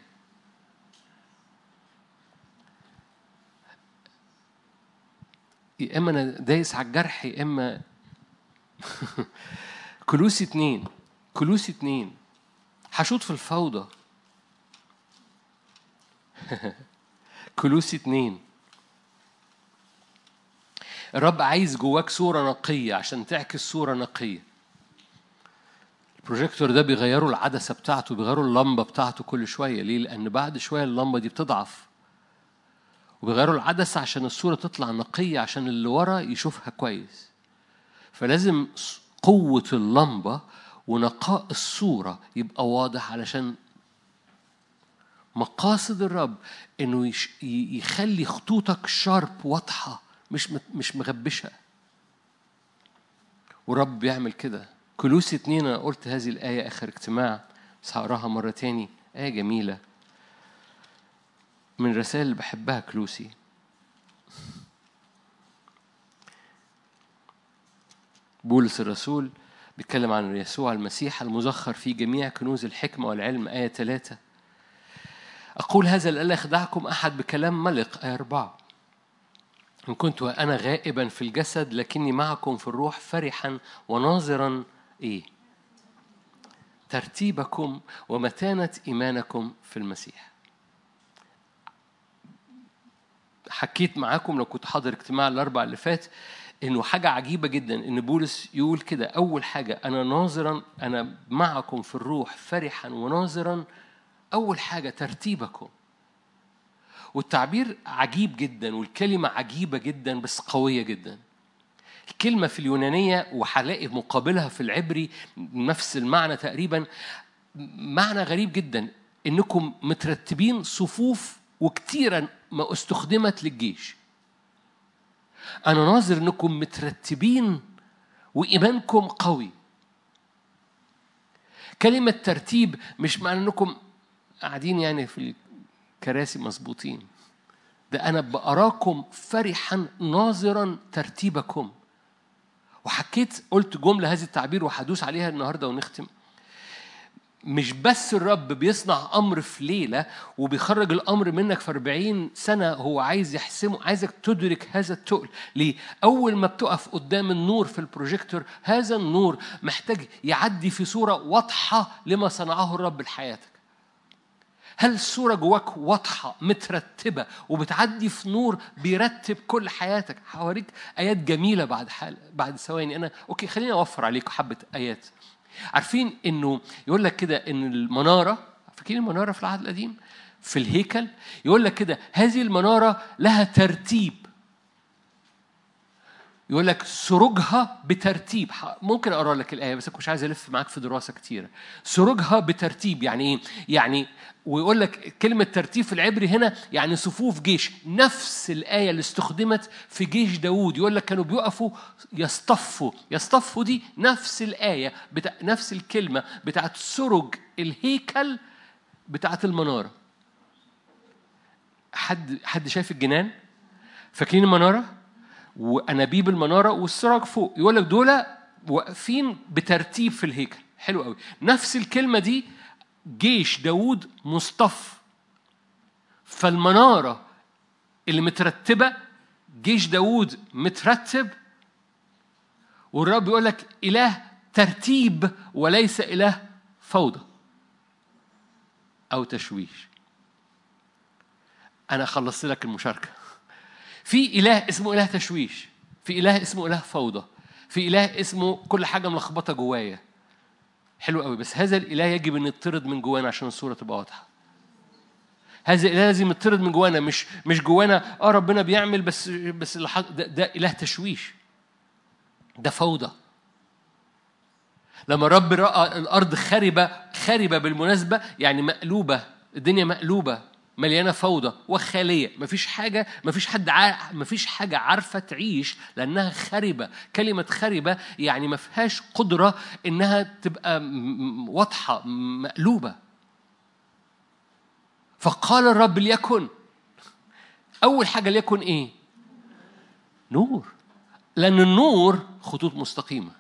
يا إما أنا دايس على الجرح يا إما كلوسي 2 كلوسي 2 هشوط في الفوضى. كلوسي 2 الرب عايز جواك صورة نقية عشان تعكس صورة نقية. البروجيكتور ده بيغيروا العدسة بتاعته، بيغيروا اللمبة بتاعته كل شوية. ليه؟ لأن بعد شوية اللمبة دي بتضعف، وبيغيروا العدسة عشان الصورة تطلع نقية، عشان اللي ورا يشوفها كويس. فلازم قوة اللمبة ونقاء الصورة يبقى واضح، علشان مقاصد الرب إنه يخلي خطوطك شارب واضحة، مش مغبشة. ورب بيعمل كده. كلوسي 2 أنا قلت هذه الآية آخر اجتماع، بس هقراها مرة تاني. آية جميلة من الرسائل اللي بحبها. كلوسي بولس الرسول بيتكلم عن يسوع المسيح المزخر في جميع كنوز الحكمة والعلم. آية 3 أقول هذا لئلا يخدعكم أحد بكلام ملق. آية 4 إن كنت وأنا غائبا في الجسد لكني معكم في الروح، فرحا وناظرا إيه؟ ترتيبكم ومتانة إيمانكم في المسيح. حكيت معاكم لو كنت حاضر اجتماع الأربع اللي فات إنه حاجة عجيبة جدا إن بولس يقول كده. أول حاجة أنا ناظرا، أنا معكم في الروح فرحا وناظرا. أول حاجة ترتيبكم. والتعبير عجيب جدا والكلمة عجيبة جدا بس قوية جدا. الكلمة في اليونانية وهلاقي مقابلها في العبري نفس المعنى تقريبا. معنى غريب جدا إنكم مترتبين صفوف، وكتيرا ما استخدمت للجيش. أنا ناظر إنكم مترتبين وإيمانكم قوي. كلمة ترتيب مش معنى إنكم قاعدين يعني في الكراسي مظبوطين. ده أنا بأراكم فرحا ناظرا ترتيبكم. وحكيت قلت جملة هذه التعبير وحدوث عليها النهاردة ونختم. مش بس الرب بيصنع أمر في ليلة وبيخرج الأمر منك في 40 سنة، هو عايز يحسمه. عايزك تدرك هذا التقل. ليه؟ أول ما بتقف قدام النور في البروجيكتور، هذا النور محتاج يعدي في صورة واضحة لما صنعه الرب لحياتك. هل الصورة جواك واضحة مترتبة وبتعدي في نور بيرتب كل حياتك؟ هوريك آيات جميلة بعد ثواني. أنا أوكي، خليني أوفر عليكم حبة آيات. عارفين إنه يقول لك كده إن المنارة، فاكرين المنارة في العهد القديم في الهيكل؟ يقول لك كده هذه المنارة لها ترتيب. يقول لك سروجها بترتيب. ممكن أقرأ لك الآية بس مش عايز ألف معاك في دراسة كتيرة. سروجها بترتيب يعني إيه؟ يعني ويقول لك كلمة ترتيب في العبري هنا يعني صفوف جيش. نفس الآية اللي استخدمت في جيش داود. يقول لك كانوا بيقفوا يصطفوا دي نفس الآية نفس الكلمة بتاعت سرج الهيكل بتاعت المنارة. حد شايف الجنان؟ فاكرين المنارة وأنابيب المنارة والسراج فوق؟ يقول لك دول واقفين بترتيب في الهيكل. حلو قوي. نفس الكلمة دي جيش داود مصطف. فالمنارة اللي مترتبة جيش داود مترتب. والرب يقول لك إله ترتيب وليس إله فوضى أو تشويش. أنا خلصت لك المشاركة. في إله اسمه إله تشويش، في إله اسمه إله فوضى، في إله اسمه كل حاجة ملخبطة جوايا. حلو قوي، بس هذا الإله يجب أن يطرد من جوانا عشان الصورة تبقى واضحة. هذا الإله لازم يطرد من جوانا، مش جوانا ربنا بيعمل بس ده إله تشويش، ده فوضى. لما الرب رأى الأرض خربة بالمناسبة، يعني مقلوبة، الدنيا مقلوبة مليانة فوضى وخالية، مفيش حاجة عارفة تعيش لأنها خربة. كلمة خربة يعني ما فيهاش قدرة إنها تبقى واضحة، مقلوبة. فقال الرب ليكن. أول حاجة ليكن إيه؟ نور. لأن النور خطوط مستقيمة.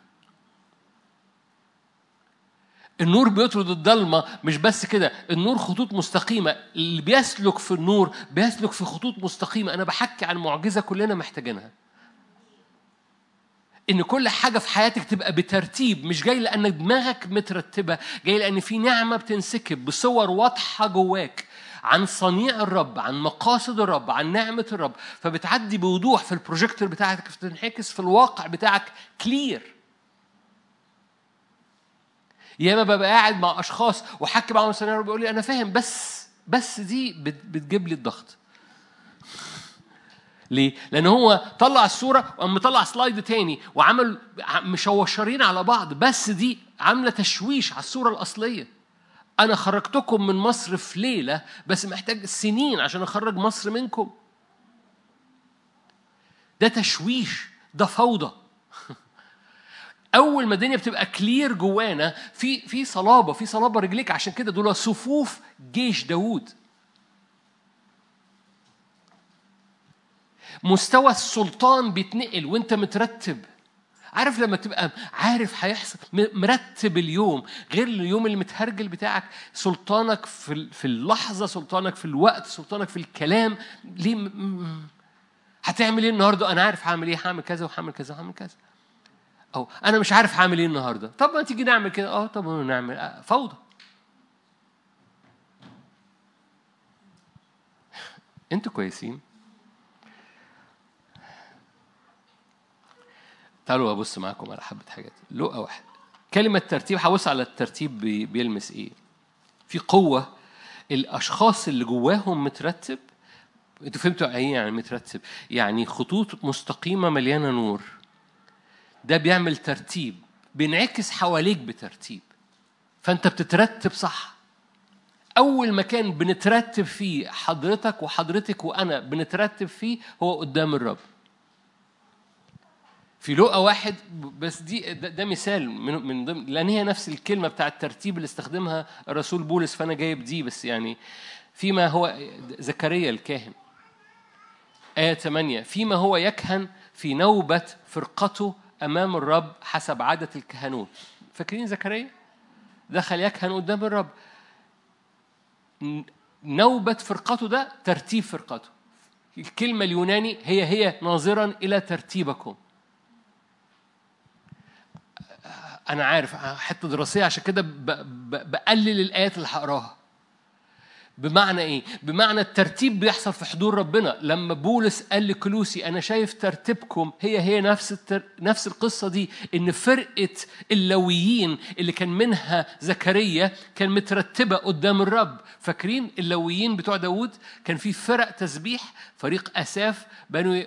النور بيطرد الضلمة. مش بس كده، النور خطوط مستقيمة. اللي بيسلك في النور بيسلك في خطوط مستقيمة. أنا بحكي عن معجزة كلنا محتاجينها، إن كل حاجة في حياتك تبقى بترتيب. مش جاي لأن دماغك مترتبة، جاي لأن في نعمة بتنسكب بصور واضحة جواك عن صنيع الرب، عن مقاصد الرب، عن نعمة الرب، فبتعدي بوضوح في البروجيكتور بتاعك، بتنحكس في الواقع بتاعك كلير. ياما ببقى قاعد مع اشخاص وحكي معاهم سنه بيقول لي انا فاهم، بس دي بتجيب لي الضغط. ليه؟ لان هو طلع الصوره وقام مطلع سلايد تاني وعمل مشوشرين على بعض، بس دي عامله تشويش على الصوره الاصليه. انا خرجتكم من مصر في ليله، بس محتاج سنين عشان اخرج مصر منكم. ده تشويش، ده فوضى. أول ما الدنيا بتبقى كلير جوانا في صلابة رجليك. عشان كده دول صفوف جيش داود. مستوى السلطان بيتنقل وانت مترتب. عارف لما تبقى عارف هيحصل، مرتب اليوم غير اليوم اللي متهرجل بتاعك. سلطانك في اللحظة، سلطانك في الوقت، سلطانك في الكلام. ليه هتعمل ايه النهارده؟ انا عارف هعمل ايه، هعمل كذا وهعمل كذا وهعمل كذا. أو أنا مش عارف هعمل إيه النهاردة. طب ما تيجي نعمل كده. طب نعمل فوضى. أنتوا كويسين؟ تعالوا أبص معاكم على حبة حاجات. لقى واحد كلمة ترتيب. هبص على الترتيب بيلمس إيه. في قوة الأشخاص اللي جواهم مترتب. أنتوا فهمتوا إيه يعني مترتب؟ يعني خطوط مستقيمة مليانة نور. ده بيعمل ترتيب، بينعكس حواليك بترتيب، فأنت بتترتب صح. أول مكان بنترتب فيه حضرتك وحضرتك وأنا بنترتب فيه هو قدام الرب. في لقى واحد بس ده مثال من ضمن، لأن هي نفس الكلمة بتاع الترتيب اللي استخدمها الرسول بولس، فأنا جايب دي بس يعني. فيما هو زكريا الكاهن آية 8، فيما هو يكهن في نوبة فرقته أمام الرب حسب عادة الكهنوت. فاكرين زكريا دخل يكهن قدام الرب. نوبة فرقته ده ترتيب فرقته. الكلمة اليوناني هي ناظرا إلى ترتيبكم. أنا عارف حتة دراسية عشان كده بقلل الآيات اللي هقراها. بمعنى إيه؟ بمعنى الترتيب بيحصل في حضور ربنا. لما بولس قال لكلوسي أنا شايف ترتيبكم، هي نفس القصة دي. إن فرقة اللويين اللي كان منها زكريا كان مترتبة قدام الرب. فاكرين اللويين بتوع داود؟ كان في فرق تسبيح، فريق أساف، بنو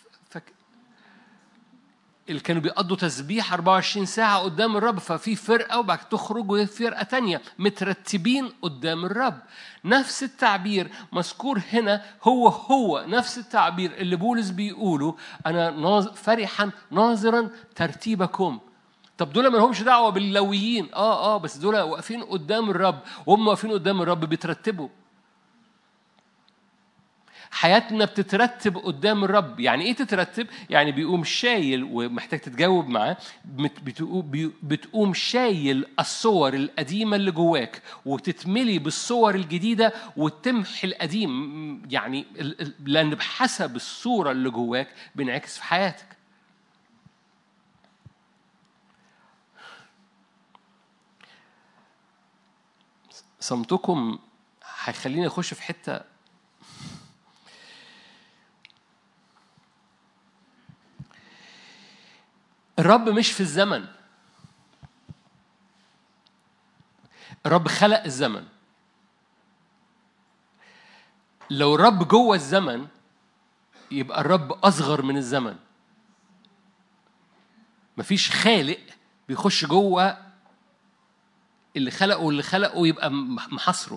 اللي كانوا بيقضوا تسبيح 24 ساعة قدام الرب. ففي فرقة وبعد تخرج وفي فرقة تانية مترتبين قدام الرب. نفس التعبير مذكور هنا، هو نفس التعبير اللي بولس بيقوله أنا فرحا ناظرا ترتيبكم. طب دول ما لهمش دعوة باللويين. بس دول واقفين قدام الرب، وهم واقفين قدام الرب بيترتبوا. حياتنا بتترتب قدام الرب. يعني ايه تترتب؟ يعني بيقوم شايل، ومحتاج تتجاوب معاه، بتقوم شايل الصور القديمة اللي جواك وتتملي بالصور الجديدة وتمحي القديم. يعني لأن بحسب الصورة اللي جواك بنعكس في حياتك. صمتكم هيخليني أخش في حتة. الرب مش في الزمن. الرب خلق الزمن. لو الرب جوه الزمن يبقى الرب أصغر من الزمن. مفيش خالق بيخش جوه اللي خلقه، واللي خلقه يبقى محصره.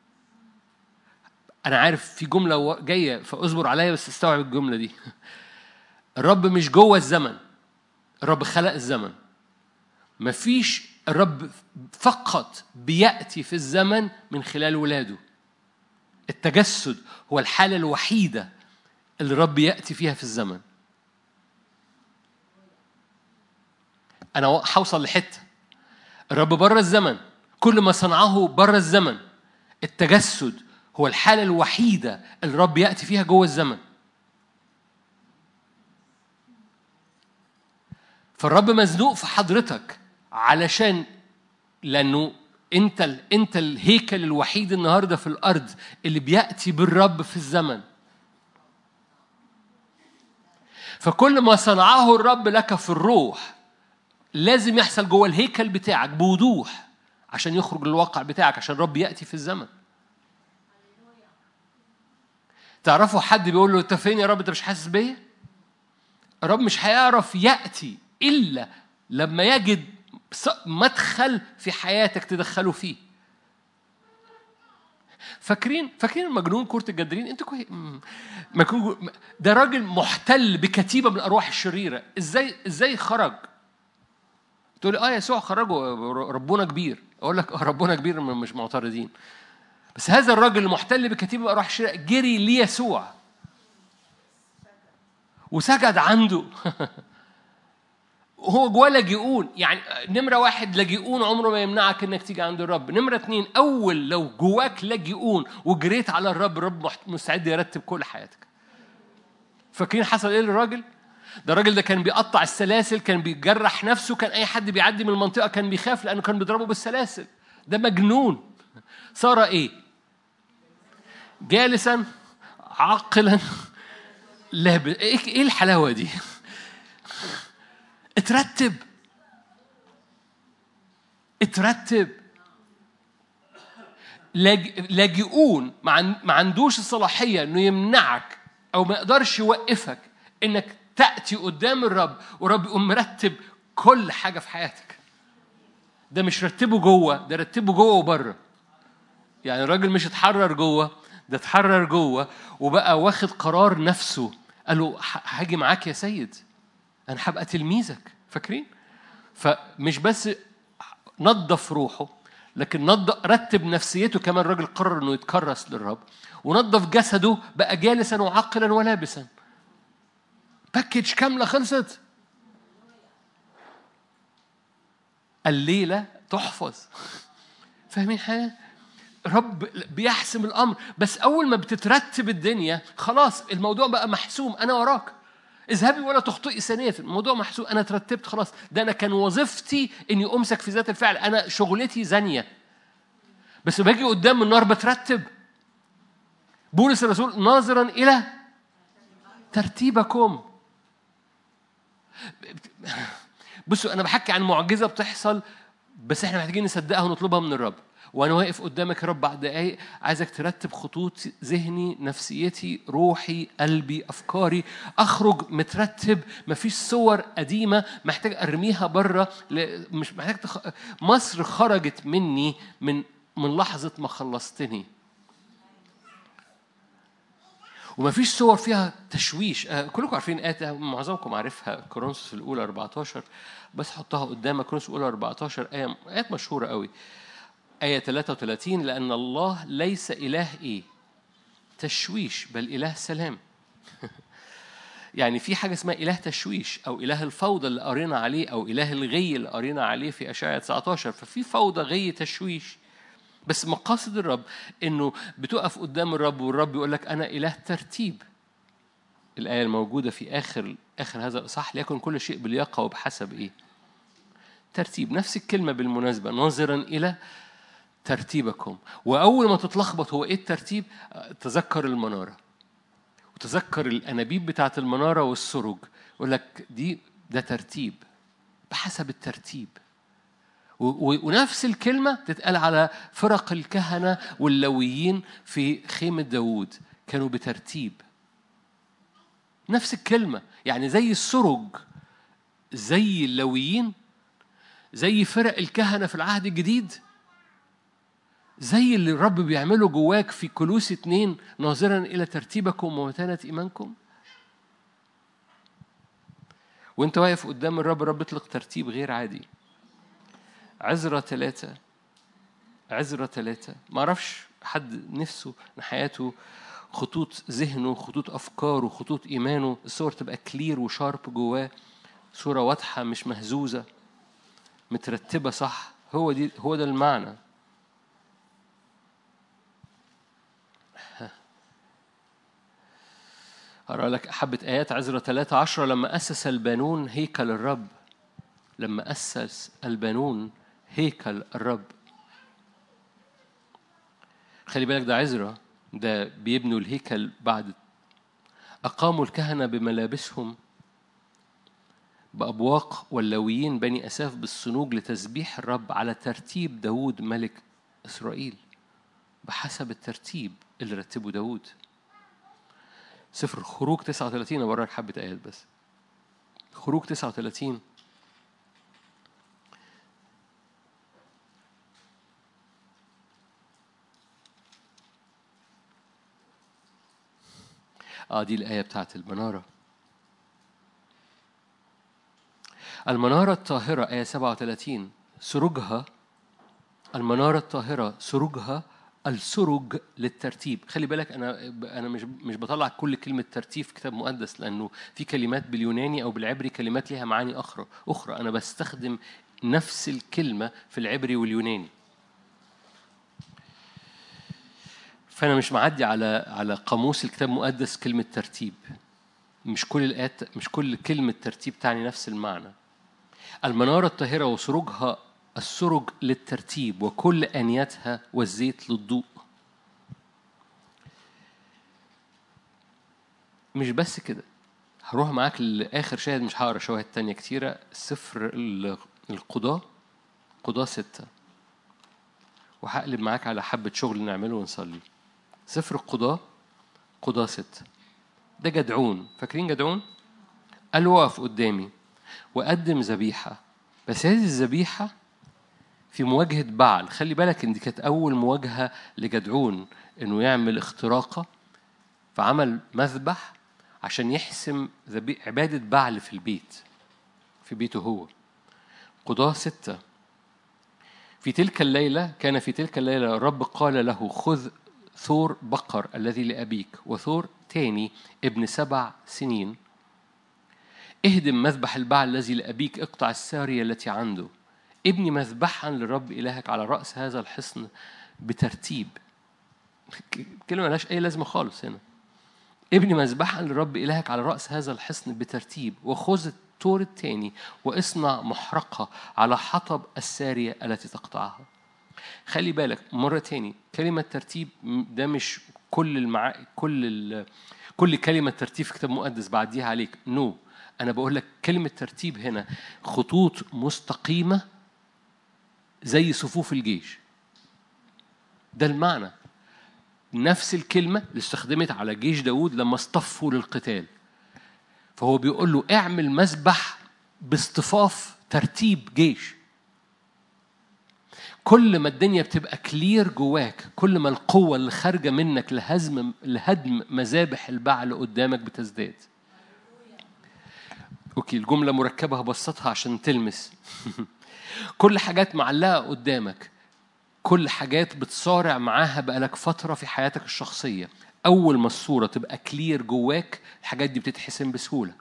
أنا عارف في جملة جاية فأصبر عليا، بس استوعب الجملة دي. الرب مش جوه الزمن، الرب خلق الزمن. مفيش، الرب فقط بيأتي في الزمن من خلال ولاده. التجسد هو الحالة الوحيدة اللي الرب يأتي فيها في الزمن. أنا هوصل لحتة الرب بره الزمن، كل ما صنعه بره الزمن. التجسد هو الحالة الوحيدة اللي الرب يأتي فيها جوه الزمن. فالرب مزنوق في حضرتك علشان لأنه أنت الهيكل الوحيد النهاردة في الأرض اللي بيأتي بالرب في الزمن. فكل ما صنعه الرب لك في الروح لازم يحصل جوه الهيكل بتاعك بوضوح عشان يخرج للواقع بتاعك، عشان الرب يأتي في الزمن. تعرفوا حد بيقول له أنت فين يا رب، أنت مش حاسس بيا؟ الرب مش هيعرف يأتي إلا لما يجد مدخل في حياتك تدخله فيه. فاكرين المجنون كرة الجدرين؟ انتوا كويس. ده راجل محتل بكتيبة من الأرواح الشريرة. ازاي خرج؟ تقول لي يسوع خرجه، ربنا كبير. اقول لك ربنا كبير، مش معترضين. بس هذا الراجل المحتل بكتيبة من الأرواح الشريرة جري ليسوع وسجد عنده. هو جواه لاجئون. يعني نمرة واحد، لاجئون عمره ما يمنعك انك تيجي عند الرب. نمرة اتنين، اول لو جواك لاجئون وجريت على الرب مستعد يرتب كل حياتك. فاكرين حصل ايه للراجل ده؟ الراجل ده كان بيقطع السلاسل، كان بيجرح نفسه، كان اي حد بيعدي من المنطقة كان بيخاف لانه كان بيضربه بالسلاسل. ده مجنون. صار ايه؟ جالسا عاقلا لابس. ايه الحلاوة دي؟ اترتب. لاجئون ما عندوش الصلاحية انه يمنعك او ما يقدرش يوقفك انك تأتي قدام الرب ورب يقوم مرتب كل حاجة في حياتك. ده مش رتبه جوه، ده رتبه جوه وبره. يعني الراجل مش اتحرر جوه، ده اتحرر جوه وبقى واخد قرار نفسه. قال له هاجي معاك يا سيد، انا هبقى تلميذك. فاكرين؟ فمش بس نظف روحه، لكن رتب نفسيته كمان. الراجل قرر انه يتكرس للرب، ونظف جسده بقى جالسا وعاقلا ولابسا. باكج كامله خلصت. الليله تحفظ. فاهمين حاجه؟ رب بيحسم الامر. بس اول ما بتترتب الدنيا خلاص الموضوع بقى محسوم. انا وراك، اذهبي ولا تخطئي ثانية. الموضوع محسوب، أنا ترتبت خلاص. ده أنا كان وظيفتي إني أمسك في ذات الفعل. أنا شغلتي زانية، بس باجي قدام النار بترتب. بولس الرسول ناظرا إلى ترتيبكم. بصوا، أنا بحكي عن معجزة بتحصل، بس إحنا محتاجين نصدقها ونطلبها من الرب. وأنا واقف قدامك يا رب بعد دقايق عايزك ترتب خطوط ذهني، نفسيتي، روحي، قلبي، أفكاري. أخرج مترتب. مفيش صور قديمة محتاج أرميها بره. مش محتاج مصر خرجت مني من لحظة ما خلصتني. ومفيش صور فيها تشويش. كلكم عارفين آية، معظمكم عارفها، كورنثوس الأولى 14. بس حطها قدامك. كورنثوس الأولى 14 آية مشهورة قوي. آية 33: لأن الله ليس إله تشويش، بل إله سلام. يعني في حاجة اسمها إله تشويش، أو إله الفوضى اللي قرينا عليه، أو إله الغي اللي قرينا عليه في أشعياء 19. ففي فوضى، غي، تشويش. بس مقاصد الرب إنه بتقف قدام الرب والرب يقول لك أنا إله ترتيب. الآية الموجودة في آخر هذا الإصحاح: ليكن كل شيء بلياقة وبحسب ترتيب. نفس الكلمة بالمناسبة، ناظرا إلى ترتيبكم. وأول ما تتلخبط هو إيه الترتيب؟ تذكر المنارة وتذكر الأنابيب بتاعة المنارة والسرج. يقول لك ده ترتيب، بحسب الترتيب. ونفس الكلمة تتقال على فرق الكهنة واللويين في خيمة داود، كانوا بترتيب. نفس الكلمة، يعني زي السرج، زي اللويين، زي فرق الكهنة في العهد الجديد، زي اللي الرب بيعمله جواك في كولوس 2 ناظرا إلى ترتيبكم ومتانة إيمانكم. وانت واقف قدام الرب، الرب يطلق ترتيب غير عادي. عزرا 3 ما أعرفش حد نفسه إن حياته خطوط ذهنه، خطوط أفكاره، خطوط إيمانه، الصور تبقى كلير وشارب جواه، صورة واضحة مش مهزوزة، مترتبة صح. هو ده المعنى. أقرأ لك حبة آيات. عزرا 13: لما أسس البانون هيكل الرب، لما أسس البانون هيكل الرب. خلي بالك ده عزرا، ده بيبنوا الهيكل بعد. أقاموا الكهنة بملابسهم بأبواق، واللويين بني أساف بالصنوج لتسبيح الرب على ترتيب داود ملك إسرائيل، بحسب الترتيب اللي رتبه داود. سفر خروج 39، أوريك حبة آيات بس. خروج 39 دي الآية بتاعت المنارة. المنارة الطاهرة آية 37 سروجها، المنارة الطاهرة سروجها السرج للترتيب. خلي بالك أنا مش بطلع كل كلمة ترتيب في كتاب مقدس، لأنه في كلمات باليوناني أو بالعبري كلمات لها معاني أخرى. أنا بستخدم نفس الكلمة في العبري واليوناني، فأنا مش معدي على قاموس الكتاب المقدس كلمة ترتيب. مش كل الآيات، مش كل كلمة ترتيب تعني نفس المعنى. المنارة الطاهرة وسروجها السرج للترتيب، وكل آنيتها والزيت للضوء. مش بس كده، هروح معاك لآخر شاهد، مش هقرا شواهد تانية كتيرة. سفر القضاء، قضاء 6، وهقلب معاك على حبة شغل نعمله ونصلي. سفر القضاء، قضاء 6. ده جدعون، فاكرين جدعون؟ قال وقف قدامي وقدم ذبيحة، بس هذه الذبيحة في مواجهة بعل. خلي بالك إن دي كانت أول مواجهة لجدعون إنه يعمل اختراقة، فعمل مذبح عشان يحسم عبادة بعل في البيت، في بيته هو. قضاة 6. في تلك الليلة الرب قال له: خذ ثور بقر الذي لأبيك، وثور تاني ابن 7 سنين، اهدم مذبح البعل الذي لأبيك، اقطع السارية التي عنده، ابني مذبحا للرب إلهك على رأس هذا الحصن بترتيب. كلمة ملهاش أي لازمة خالص هنا. ابني مذبحا للرب إلهك على رأس هذا الحصن بترتيب، وخذ الثور الثاني واصنع محرقة على حطب السارية التي تقطعها. خلي بالك مرة تاني، كلمة ترتيب ده مش كل كلمة ترتيب في كتاب مقدس بعديها عليك. أنا بقول لك كلمة ترتيب هنا خطوط مستقيمة زي صفوف الجيش. ده المعنى، نفس الكلمة اللي استخدمت على جيش داود لما اصطفوا للقتال. فهو بيقول له اعمل مذبح باصطفاف ترتيب جيش. كل ما الدنيا بتبقى كلير جواك، كل ما القوة اللي خارجة منك لهدم مذابح البعل قدامك بتزداد. أوكي، الجملة مركبة هبسطها عشان تلمس. كل حاجات معلقة قدامك، كل حاجات بتصارع معاها بقالك فترة في حياتك الشخصية، أول ما الصورة تبقى كلير جواك الحاجات دي بتتحسم بسهولة.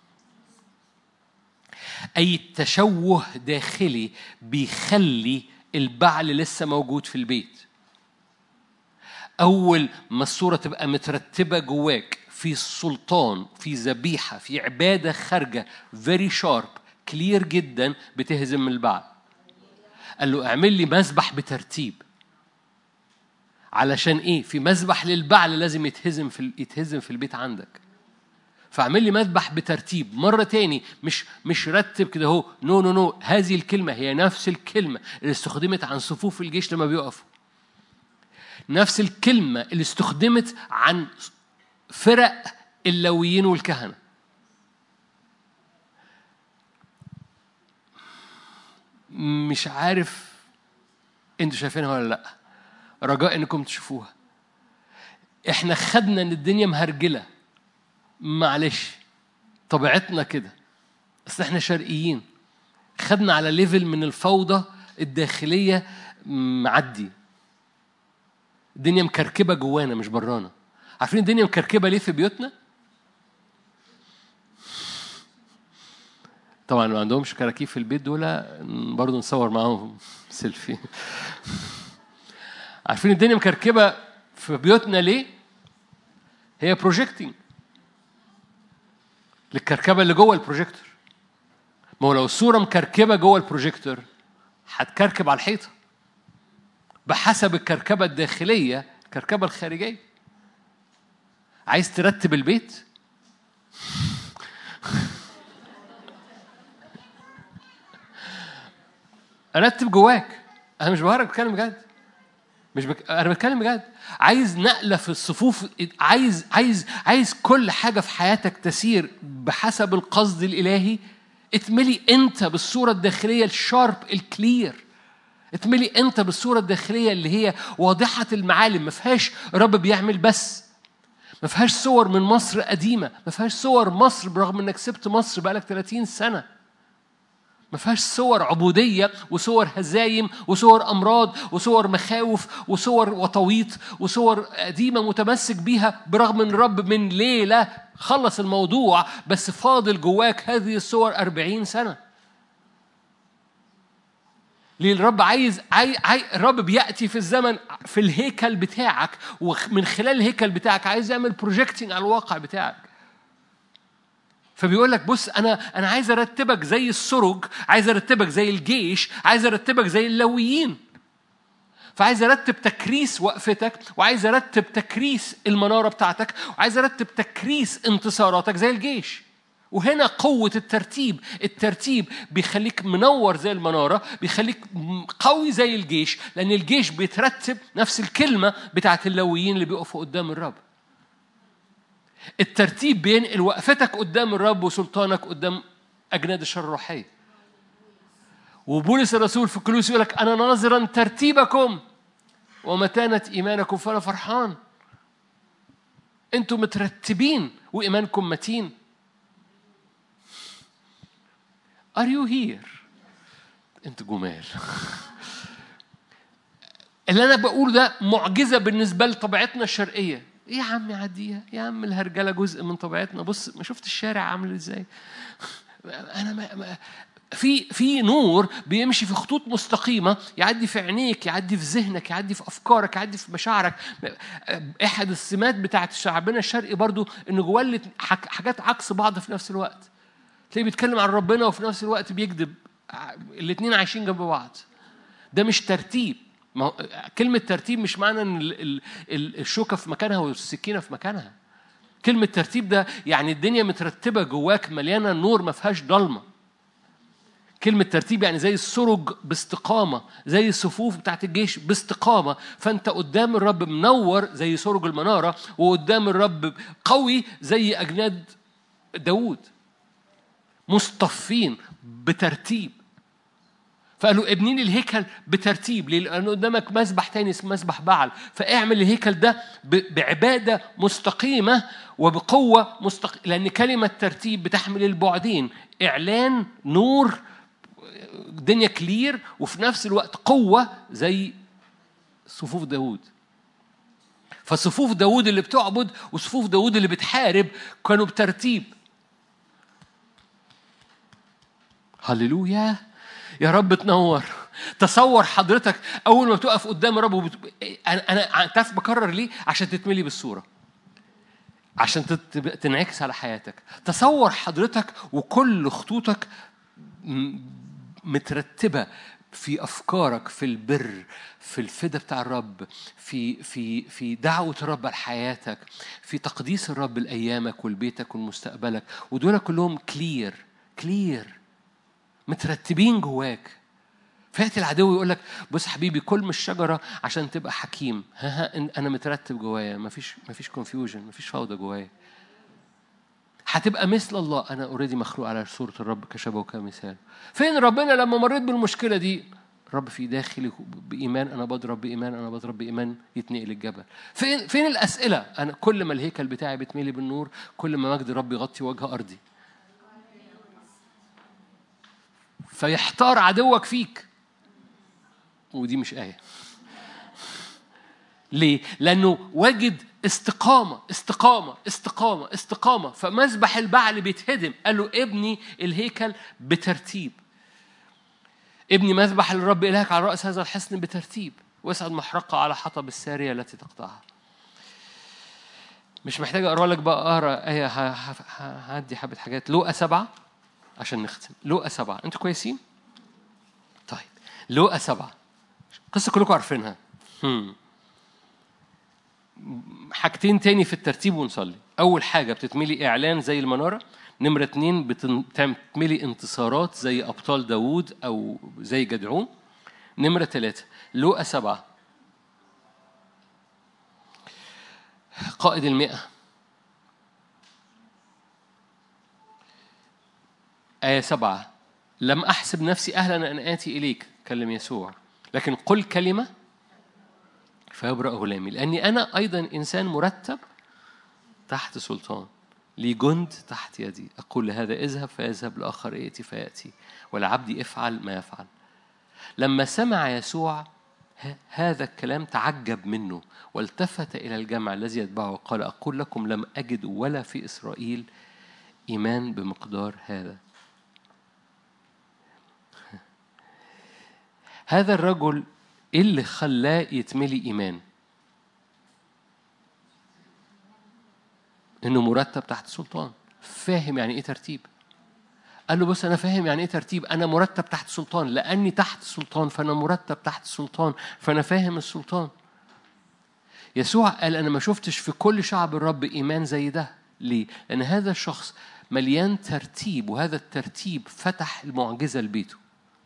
أي تشوه داخلي بيخلي البعل لسه موجود في البيت. أول ما الصورة تبقى مترتبة جواك في سلطان، في ذبيحة، في عبادة خارجة very sharp كلير جدا، بتهزم البعل. قال له اعمل لي مذبح بترتيب. علشان ايه؟ في مذبح للبعل لازم يتهزم في البيت عندك. فاعمل لي مذبح بترتيب مرة تاني، مش رتب كده هو. نو نو نو، هذه الكلمة هي نفس الكلمة اللي استخدمت عن صفوف الجيش لما بيقفوا، نفس الكلمة اللي استخدمت عن فرق اللاويين والكهنة. مش عارف انتوا شايفينها ولا لا، رجاء انكم تشوفوها. احنا خدنا ان الدنيا مهرجلة، معلش طبيعتنا كده، بس احنا شرقيين، خدنا على ليفل من الفوضى الداخلية معدي. الدنيا مكركبة جوانا مش برانا. عارفين الدنيا مكركبة ليه في بيوتنا؟ طبعا ما عندهمش كراكيب في البيت دول برضو نصور معاهم سيلفي. عارفين الدنيا مكركبة في بيوتنا ليه؟ هي بروجيكتنج للكركبة اللي جوه البروجيكتور. ما هو لو الصورة مكركبة جوه البروجيكتور هتكركب على الحيطة بحسب الكركبة الداخلية، الكركبة الخارجية. عايز ترتب البيت؟ رتب جواك. أنا مش بهرج، بتكلم بجد. أنا بتكلم بجد. عايز نقلة في الصفوف، عايز كل حاجة في حياتك تسير بحسب القصد الإلهي. اتملي أنت بالصورة الداخلية الشارب الكلير. اتملي أنت بالصورة الداخلية اللي هي واضحة المعالم، ما فيهاش رب بيعمل بس، ما فيهاش صور من مصر قديمة، ما فيهاش صور مصر برغم انك سبت مصر بقالك 30 سنة، ما فيهاش صور عبودية وصور هزايم وصور أمراض وصور مخاوف وصور وطويط وصور قديمة متمسك بيها برغم ان الرب من ليلة خلص الموضوع، بس فاضل جواك هذه الصور 40 سنة. ليه الرب عايز الرب بيأتي في الزمن في الهيكل بتاعك، ومن خلال الهيكل بتاعك عايز يعمل بروجيكتنج على الواقع بتاعك. فبيقول لك بص، أنا عايز أرتبك زي السرج، عايز أرتبك زي الجيش، عايز أرتبك زي اللاويين. فعايز أرتب تكريس وقفتك، وعايز أرتب تكريس المنارة بتاعتك، وعايز أرتب تكريس انتصاراتك زي الجيش. وهنا قوة الترتيب. الترتيب بيخليك منور زي المنارة، بيخليك قوي زي الجيش، لأن الجيش بيترتب نفس الكلمة بتاعت اللاويين اللي بيقفوا قدام الرب. الترتيب بينقل وقفتك قدام الرب وسلطانك قدام أجناد الشر الروحية. وبولس الرسول في كولوسي يقول لك أنا ناظرا ترتيبكم ومتانة إيمانكم فأنا فرحان. أنتم مترتبين وإيمانكم متين. Are you here؟ أنت جمال. اللي أنا بقول ده معجزة بالنسبة لطبيعتنا الشرقية. إيه يا عم عادية يا عم، الهرجلة جزء من طبيعتنا. بص، ما شفت الشارع عامل إزاي؟ أنا في نور بيمشي في خطوط مستقيمة، يعدي في عينيك، يعدي في ذهنك، يعدي في أفكارك، يعدي في مشاعرك. أحد السمات بتاعت شعبنا الشرقي برضو إنه جوال حاجات عكس بعض في نفس الوقت. تلاقيه بيتكلم عن ربنا وفي نفس الوقت بيكذب. الاتنين عايشين جنب بعض. ده مش ترتيب. كلمة ترتيب مش معنى إن الشوكة في مكانها والسكينة في مكانها. كلمة ترتيب ده يعني الدنيا مترتبة جواك، مليانة نور، ما فيهاش ضلمة. كلمة ترتيب يعني زي السرج باستقامة، زي الصفوف بتاعت الجيش باستقامة. فأنت قدام الرب منور زي سرج المنارة، وقدام الرب قوي زي أجناد داود، مصطفين بترتيب. فقالوا ابنين الهيكل بترتيب. ليه؟ لأنه قدامك مسبح تاني اسمه مسبح بعل، فاعمل الهيكل ده بعبادة مستقيمة وبقوة مستقيمة، لأن كلمة ترتيب بتحمل البعدين، إعلان نور، دنيا كلير، وفي نفس الوقت قوة زي صفوف داود. فصفوف داود اللي بتعبد وصفوف داود اللي بتحارب كانوا بترتيب. هللويا يا رب تنور. تصور حضرتك أول ما بتقف قدام الرب أنا تعرف بكرر ليه؟ عشان تتملي بالصورة، عشان تنعكس على حياتك. تصور حضرتك وكل خطوطك مترتبة في أفكارك، في البر، في الفدا بتاع الرب، في دعوة الرب لحياتك، في تقديس الرب لأيامك ولبيتك ولمستقبلك. ودول كلهم كلير مترتبين جواك. فيأتي العدو يقول لك بص حبيبي، كل من الشجرة عشان تبقى حكيم. أنا مترتب جوايا، مفيش كونفيوجن، مفيش فوضى جوايا. هتبقى مثل الله. أنا أوريدي مخلوق على صورة الرب كشبه وكمثال. فين ربنا لما مريت بالمشكلة دي؟ الرب في داخلي بإيمان، أنا بضرب بإيمان يتنقل الجبل. فين الأسئلة؟ أنا كل ما الهيكل بتاعي بتميلي بالنور، كل ما مجد الرب يغطي وجه أرضي. فيحتار عدوك فيك. ودي مش آية. ليه؟ لأنه وجد استقامة. فمذبح البعل بيتهدم. قال له ابني الهيكل بترتيب، ابني مذبح للرب إلهك على رأس هذا الحصن بترتيب، واسعد محرقة على حطب السارية التي تقطعها. مش محتاج أقرأ لك بقى، أقرأ آية، هعدي حبة حاجات. لوقا 7 عشان نختم. لوقا 7. أنتوا كويسين؟ طيب لوقا 7 قصة كلكم عارفينها. حاجتين تاني في الترتيب ونصلي. أول حاجة بتتملي إعلان زي المنارة. نمرة 2 بتتملي انتصارات زي أبطال داود أو زي جدعون. نمرة 3 لوقا 7 قائد 100 آية 7. لم أحسب نفسي أهلا أن آتي إليك، كلم يسوع، لكن قل كلمة فيبرأ غلامي، لأني أنا أيضا إنسان مرتب تحت سلطان، لي جند تحت يدي. أقول لهذا اذهب فيذهب، لآخر ائتي فيأتي، ولعبدي افعل ما يفعل. لما سمع يسوع هذا الكلام تعجب منه، والتفت إلى الجمع الذي يتبعه وقال أقول لكم لم أجد ولا في إسرائيل إيمان بمقدار هذا. هذا الرجل إيه اللي خلاه يتملي إيمان؟ إنه مرتب تحت سلطان، فاهم يعني إيه ترتيب. قال له بص أنا فاهم يعني إيه ترتيب، أنا مرتب تحت سلطان، لأني تحت سلطان فأنا مرتب تحت سلطان، فأنا فاهم السلطان. يسوع قال أنا ما شفتش في كل شعب الرب إيمان زي ده. ليه؟ لأن هذا الشخص مليان ترتيب، وهذا الترتيب فتح المعجزة لبيته.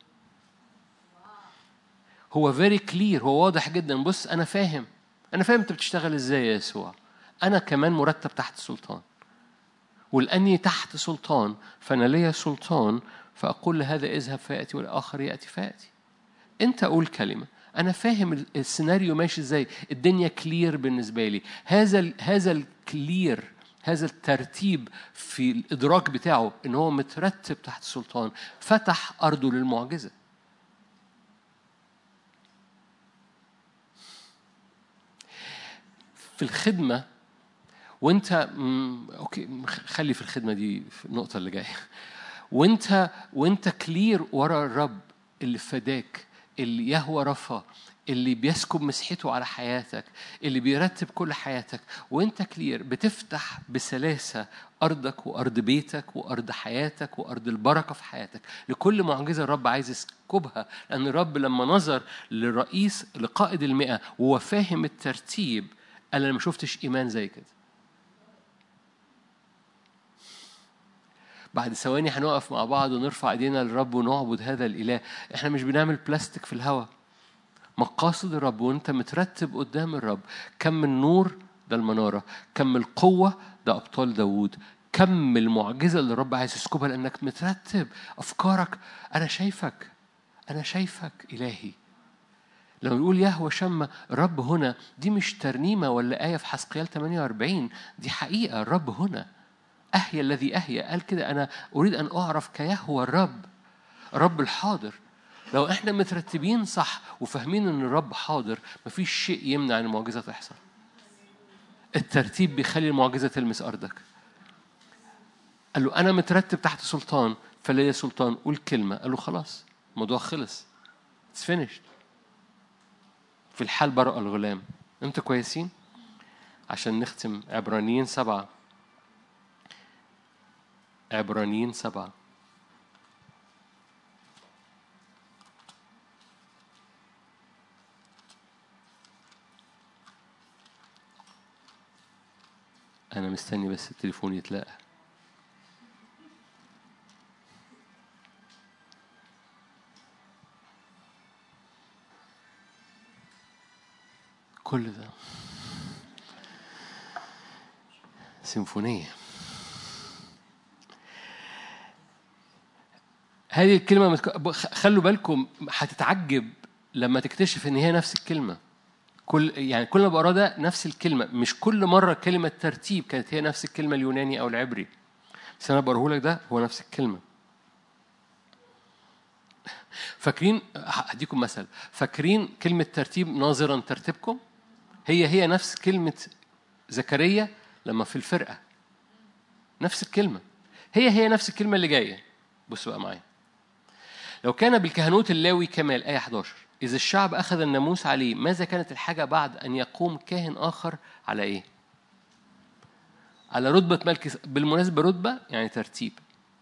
هو very clear، هو واضح جدا. بص أنا فاهم أنت بتشتغل إزاي يا يسوع. أنا كمان مرتب تحت سلطان، ولأني تحت سلطان فأنا ليا سلطان، فأقول لهذا اذهب فيأتي والآخر يأتي فيأتي. أنت أقول كلمة، أنا فاهم السيناريو ماشي إزاي، الدنيا كلير بالنسبة لي. هذا الكلير، هذا الترتيب في الإدراك بتاعه إن هو مترتب تحت سلطان، فتح أرضه للمعجزة. في الخدمة وانت اوكي خلي في الخدمة دي في النقطة اللي جاية. وانت كلير ورا الرب اللي فداك، اللي يهوى رفا، اللي بيسكب مسحته على حياتك، اللي بيرتب كل حياتك، وانت كلير بتفتح بسلاسة أرضك وأرض بيتك وأرض حياتك وأرض البركة في حياتك لكل معجزة الرب عايز يسكبها. لأن الرب لما نظر للرئيس لقائد 100 وهو فاهم الترتيب، قال أنا ما شفتش إيمان زي كده. بعد ثواني هنقف مع بعض ونرفع ايدينا للرب ونعبد هذا الإله. احنا مش بنعمل بلاستيك في الهواء. مقاصد الرب وانت مترتب قدام الرب. كم النور ده المنارة، كم القوة ده أبطال داود، كم المعجزة اللي الرب عايز يسكبها لأنك مترتب أفكارك. أنا شايفك إلهي. لما يقول يهوى شمة الرب هنا، دي مش ترنيمة ولا آية في حسقيال 48، دي حقيقة. الرب هنا أحيا الذي أحيا. قال كده أنا أريد أن أعرف كيهوى الرب الحاضر. لو إحنا مترتبين صح وفاهمين أن الرب حاضر، مفيش شيء يمنع أن المعجزة تحصل. الترتيب بيخلي المعجزة تلمس أرضك. قال له أنا مترتب تحت سلطان فليا سلطان، قول كلمة. قال له خلاص الموضوع خلص، It's finished. في الحال برأ الغلام. أنتوا كويسين؟ عشان نختم عبرانيين 7. عبرانيين 7 أنا مستني بس التليفون يتلاقى. كل ده سيمفونية. هذه الكلمة خلوا بالكم، هتتعجب لما تكتشف إن هي نفس الكلمة. كل ما بقرا ده نفس الكلمة، مش كل مرة كلمة ترتيب كانت هي نفس الكلمة اليوناني أو العبري، بس أنا بقراه لك ده هو نفس الكلمة. فاكرين؟ هديكم مثل. فاكرين كلمة ترتيب ناظرا ترتيبكم؟ هي نفس كلمة زكريا لما في الفرقة، نفس الكلمة، هي نفس الكلمة اللي جاية. بصوا بقى معايا. لو كان بالكهنوت اللاوي كمال، آية 11، إذا الشعب أخذ الناموس عليه، ماذا كانت الحاجة بعد أن يقوم كاهن آخر على إيه؟ على رتبة ملك. بالمناسبة رتبة يعني ترتيب،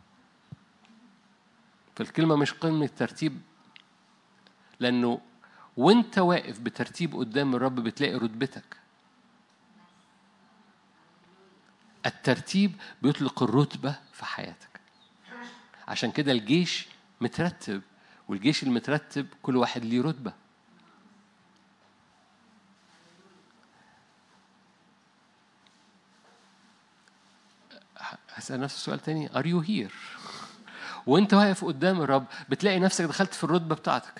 فالكلمة مش قمة ترتيب، لأنه وانت واقف بترتيب قدام الرب بتلاقي رتبتك. الترتيب بيطلق الرتبة في حياتك. عشان كده الجيش مترتب، والجيش المترتب كل واحد ليه رتبة. هسأل نفس السؤال تاني. Are you here؟ وانت واقف قدام الرب بتلاقي نفسك دخلت في الرتبة بتاعتك.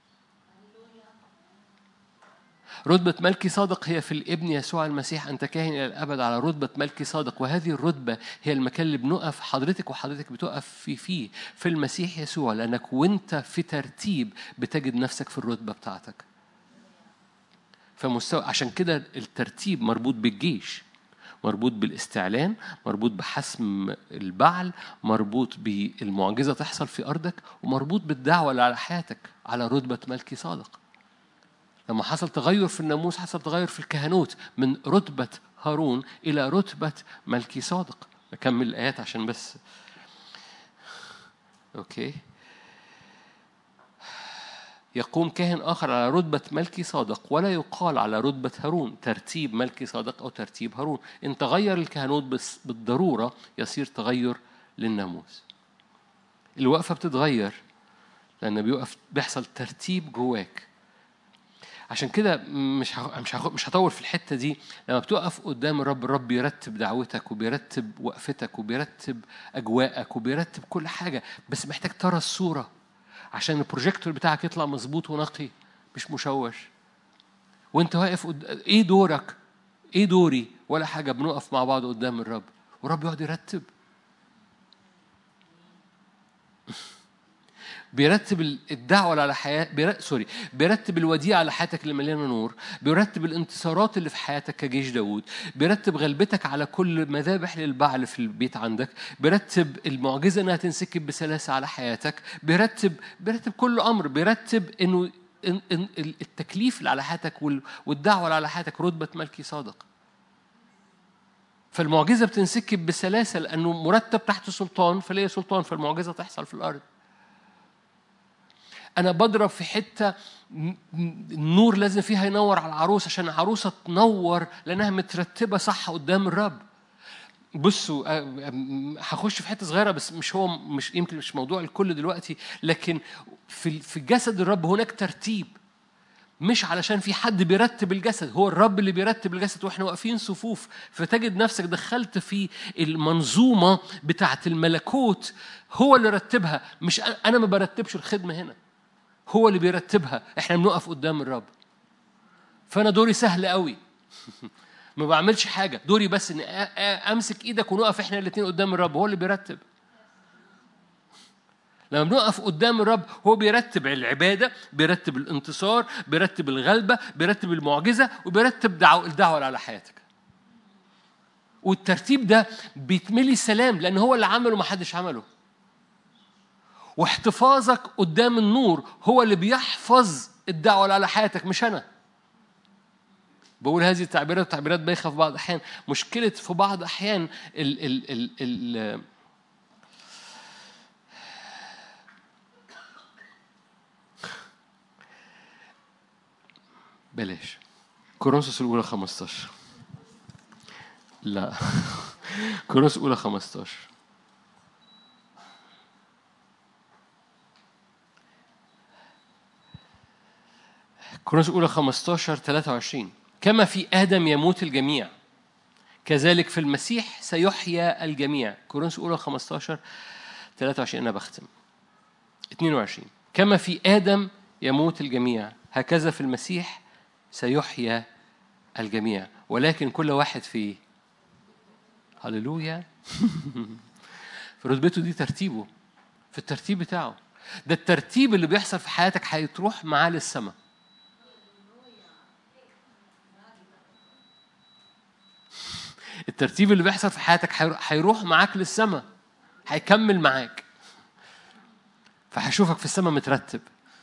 رتبة ملكي صادق هي في الابن يسوع المسيح، أنت كاهن إلى الأبد على رتبة ملكي صادق. وهذه الرتبة هي المكان اللي بنقف حضرتك وحضرتك بتقف فيه في المسيح يسوع، لأنك وانت في ترتيب بتجد نفسك في الرتبة بتاعتك. فمستوى. عشان كده الترتيب مربوط بالجيش، مربوط بالاستعلان، مربوط بحسم البعل، مربوط بالمعجزة تحصل في أرضك، ومربوط بالدعوة اللي على حياتك على رتبة ملكي صادق. لما حصل تغير في الناموس حصل تغير في الكهنوت من رتبة هارون إلى رتبة ملكي صادق. أكمل الآيات عشان بس. أوكي. يقوم كاهن آخر على رتبة ملكي صادق، ولا يقال على رتبة هارون. ترتيب ملكي صادق أو ترتيب هارون. إن تغير الكهنوت بس بالضرورة يصير تغير للناموس. الوقفة بتتغير لأن بيحصل ترتيب جواك. عشان كده مش هطول في الحتة دي. لما بتقف قدام الرب، الرب بيرتب دعوتك وبيرتب وقفتك وبيرتب أجواءك وبيرتب كل حاجة، بس محتاج ترى الصورة عشان البروجيكتور بتاعك يطلع مظبوط ونقي مش مشوش. وانت واقف ايه دورك؟ ايه دوري؟ ولا حاجة. بنقف مع بعض قدام الرب والرب يقعد يرتب. بيرتب الدعوة على حياة بيرتب الوديعة على حياتك اللي مليانة نور، بيرتب الانتصارات اللي في حياتك كجيش داود، بيرتب غلبتك على كل مذابح للبعل في البيت عندك، بيرتب المعجزة انها تنسكب بسلاسة على حياتك، بيرتب كل أمر، بيرتب إنه التكليف اللي على حياتك والدعوة اللي على حياتك رتبة ملكي صادق. فالمعجزة بتنسكب بسلاسة لأنه مرتب تحت سلطان، فليه سلطان فالمعجزة تحصل في الأرض. أنا بضرب في حتة النور لازم فيها ينور على العروس عشان العروسة تنور لأنها مترتبة صح قدام الرب. بصوا هخش في حتة صغيرة بس مش يمكن مش موضوع الكل دلوقتي، لكن في جسد الرب هناك ترتيب، مش علشان في حد بيرتب الجسد، هو الرب اللي بيرتب الجسد واحنا واقفين صفوف، فتجد نفسك دخلت في المنظومة بتاعة الملكوت. هو اللي رتبها، مش أنا ما برتبش الخدمة هنا، هو اللي بيرتبها. احنا بنقف قدام الرب، فانا دوري سهل قوي ما بعملش حاجه، دوري بس ان امسك ايدك ونقف احنا الاثنين قدام الرب. هو اللي بيرتب. لما بنقف قدام الرب هو بيرتب العباده، بيرتب الانتصار، بيرتب الغلبه، بيرتب المعجزه، وبيرتب الدعوه اللي على حياتك. والترتيب ده بيتملي سلام لان هو اللي عمله، ما حدش عمله. واحتفاظك قدام النور هو اللي بيحفظ الدعوة اللي على حياتك، مش أنا. بقول هذه التعبيرات بايخة في بعض الأحيان. مشكلة في بعض الأحيان بلاش. كورنثوس الأولى 15. لا. كورنثوس أولى 15. كورنثوس أولى 15 23. كما في آدم يموت الجميع كذلك في المسيح سيحيا الجميع. كورنثوس أولى 15 23. أنا بختم 22. كما في آدم يموت الجميع هكذا في المسيح سيحيا الجميع، ولكن كل واحد في هللويا في رتبته دي، ترتيبه في الترتيب بتاعه. ده الترتيب اللي بيحصل في حياتك هيتروح معاه للسماء. الترتيب اللي بيحصل في حياتك هيروح معاك للسماء، هيكمل معاك، فهشوفك في السماء مترتب.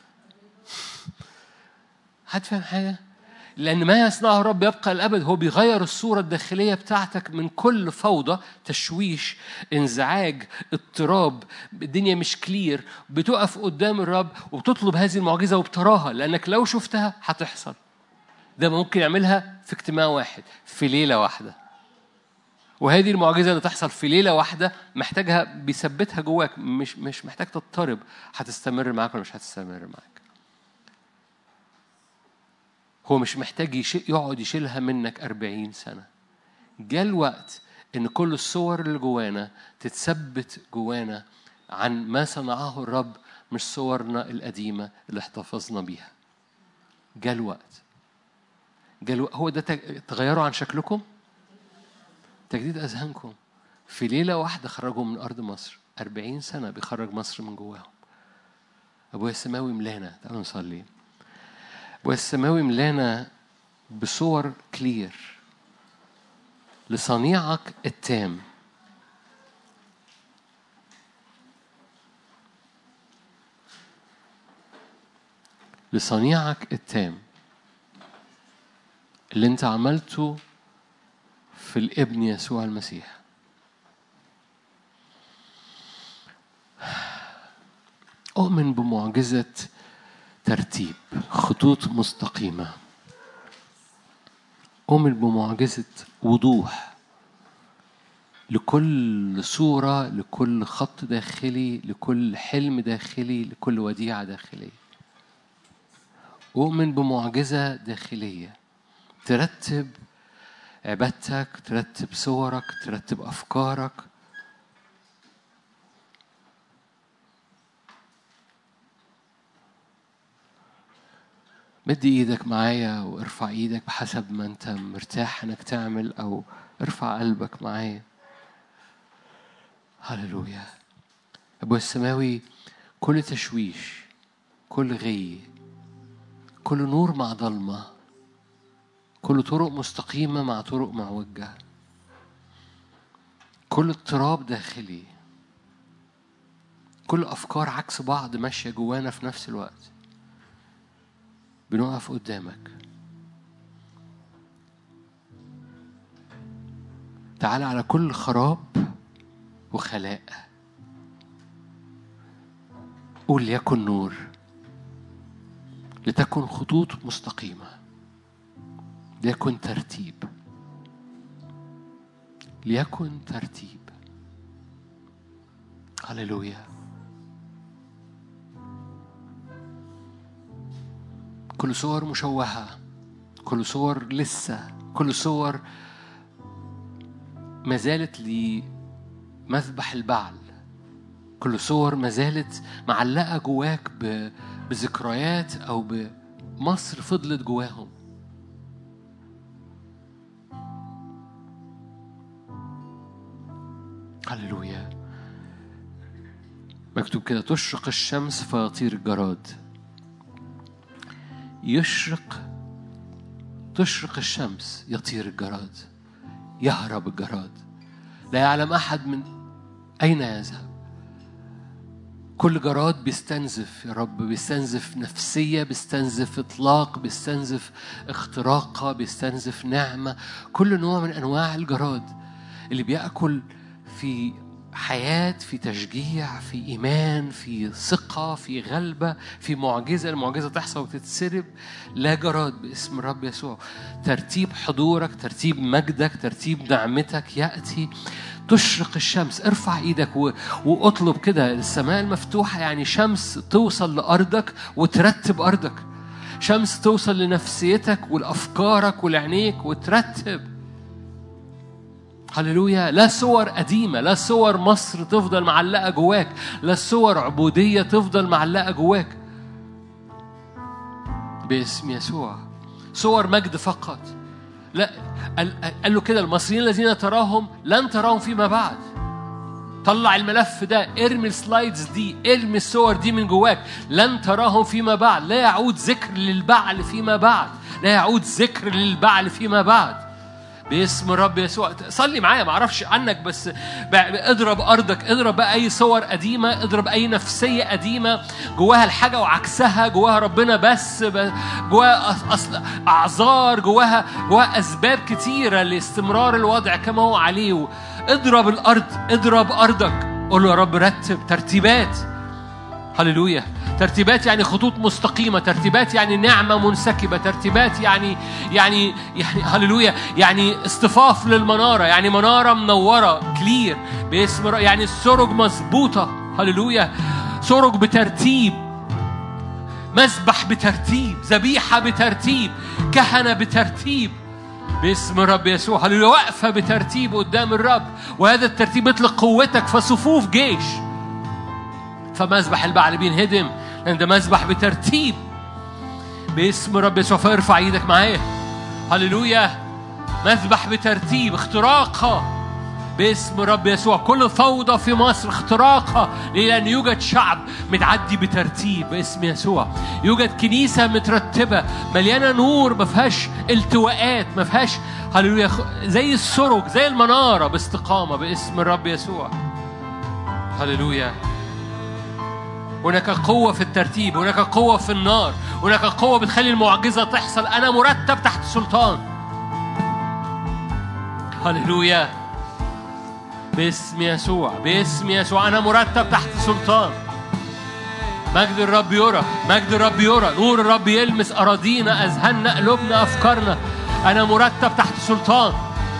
هتفهم حاجة؟ لأن ما يصنعه الرب يبقى الأبد. هو بيغير الصورة الداخلية بتاعتك من كل فوضى، تشويش، انزعاج، اضطراب، الدنيا مش كلير. بتقف قدام الرب وبتطلب هذه المعجزة وبتراها، لأنك لو شفتها هتحصل. ده ممكن يعملها في اجتماع واحد في ليلة واحدة. وهذه المعجزة اللي تحصل في ليلة واحدة محتاجها بيثبتها جواك، مش محتاج تضطرب هتستمر معاك ولا مش هتستمر معاك. هو مش محتاج يقعد يشيلها منك 40 سنة. جاء الوقت إن كل الصور اللي جوانا تتثبت جوانا عن ما صنعه الرب، مش صورنا القديمة اللي احتفظنا بيها. جاء الوقت. هو ده تغيروا عن شكلكم، تجديد أذهانكم. في ليلة واحدة خرجوا من أرض مصر. 40 سنة بيخرج مصر من جواهم. أبويا السماوي ملانا. تعالوا نصلي. أبويا السماوي ملانا بصور كلير لصنيعك التام. لصنيعك التام اللي انت عملته في الابن يسوع المسيح. أؤمن بمعجزة ترتيب، خطوط مستقيمة. أؤمن بمعجزة وضوح لكل صورة، لكل خط داخلي، لكل حلم داخلي، لكل وديعة داخلية. أؤمن بمعجزة داخلية ترتب عبادتك، ترتب صورك، ترتب أفكارك. مد ايدك معايا وارفع ايدك بحسب ما انت مرتاح انك تعمل، او ارفع قلبك معايا. هللويا. ابو السماوي، كل تشويش، كل غي، كل نور مع ظلمة، كل طرق مستقيمة مع طرق معوجة، كل اضطراب داخلي، كل أفكار عكس بعض ماشية جوانا في نفس الوقت، بنقف قدامك. تعال على كل خراب وخلاء، قول ليكن نور، لتكن خطوط مستقيمة، ليكن ترتيب، ليكن ترتيب. هللويا. كل صور مشوهة، كل صور لسه، كل صور ما زالت لمذبح البعل، كل صور ما زالت معلقة جواك بذكريات أو بمصر فضلت جواهم. هللويا. مكتوب كده: تشرق الشمس فيطير الجراد. تشرق الشمس يطير الجراد، يهرب الجراد، لا يعلم أحد من أين يذهب. كل جراد بيستنزف يا رب، بيستنزف نفسية، بيستنزف إطلاق، بيستنزف اختراقة، بيستنزف نعمة. كل نوع من أنواع الجراد اللي بيأكل في حياة، في تشجيع، في إيمان، في ثقة، في غلبة، في معجزة. المعجزة تحصل وتتسرب لا جراد باسم الرب يسوع. ترتيب حضورك، ترتيب مجدك، ترتيب نعمتك يأتي. تشرق الشمس. ارفع ايدك واطلب كده السماء المفتوحة، يعني شمس توصل لأرضك وترتب أرضك، شمس توصل لنفسيتك ولأفكارك ولعينيك وترتب. هللويا. لا صور قديمة، لا صور مصر تفضل معلقة جواك، لا صور عبودية تفضل معلقة جواك باسم يسوع. صور مجد فقط. لا، قال له كده المصريين الذين تراهم لن تراهم فيما بعد. طلع الملف ده، ارمي السلايدز دي، ارمي الصور دي من جواك. لن تراهم فيما بعد. لا يعود ذكر للبعل فيما بعد، لا يعود ذكر للبعل فيما بعد باسم الرب يسوع. صلي معايا، ما اعرفش عنك بس اضرب ارضك، اضرب بقى اي صور قديمه، اضرب اي نفسيه قديمه جواها الحاجه وعكسها، جواها ربنا بس جواها اصل اعذار، جواها اسباب كتيره لاستمرار الوضع كما هو عليه. اضرب الارض، اضرب ارضك، قول له يا رب رتب ترتيبات. هللويا. ترتيبات يعني خطوط مستقيمة، ترتيبات يعني نعمة منسكبة، ترتيبات يعني هللويا، يعني اصطفاف للمنارة، يعني منارة منورة كلير باسم، يعني السرج مظبوطة. هللويا. سرج بترتيب، مذبح بترتيب، ذبيحة بترتيب، كهنة بترتيب باسم الرب يسوع. هللويا. واقفة بترتيب قدام الرب، وهذا الترتيب يطلق قوتك فصفوف جيش. فمذبح البعل بينهدم لأن ده مذبح بترتيب باسم رب يسوع. فارفع ايدك معايا. هللويا. مذبح بترتيب، اختراقها باسم رب يسوع. كل فوضى في مصر اختراقها، لأن يوجد شعب متعدي بترتيب باسم يسوع. يوجد كنيسة مترتبة مليانة نور، ما فيهاش التواءات، ما فيهاش هللويا، زي السرج، زي المنارة باستقامة باسم الرب يسوع. هللويا. هناك قوة في الترتيب، هناك قوة في النار، هناك قوة بتخلي المعجزة تحصل. أنا مرتب تحت سلطان. هللويا. باسم يسوع، باسم يسوع، أنا مرتب تحت سلطان. مجد الرب يرى، مجد الرب يرى، نور الرب يلمس أراضينا، أذهاننا، قلوبنا، أفكارنا. أنا مرتب تحت سلطان.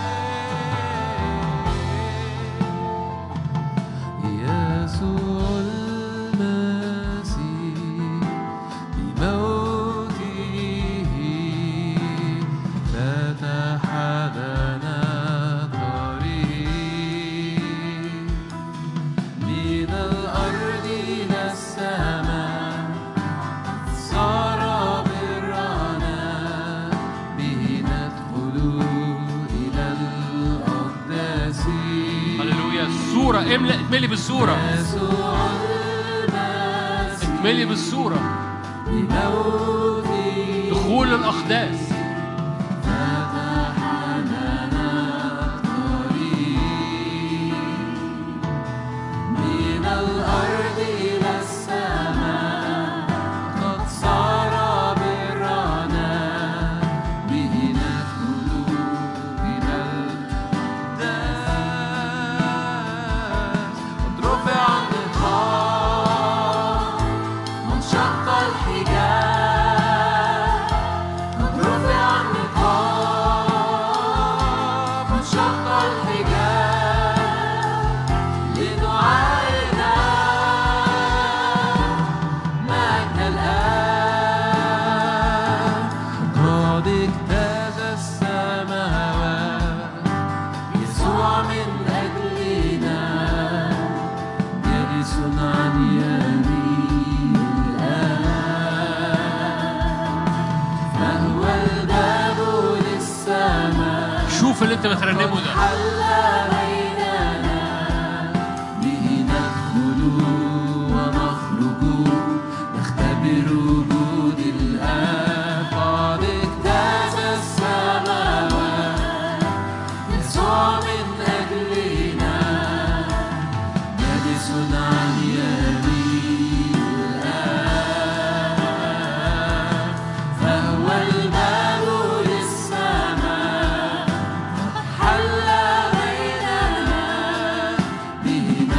املي بالصورة، املي بالصورة. دخول الأقداس. من الأرض إلى السماء قد صار برنا، به ندخل إلى الأقداس. اللي انت بترنمه ده به ندخل ونخرج، نختبر وجود الآب. قد اجتاز السماوات، يسوع من أجلنا، جالس عن يمين الآب، فهو المال للسماء. حل بيننا به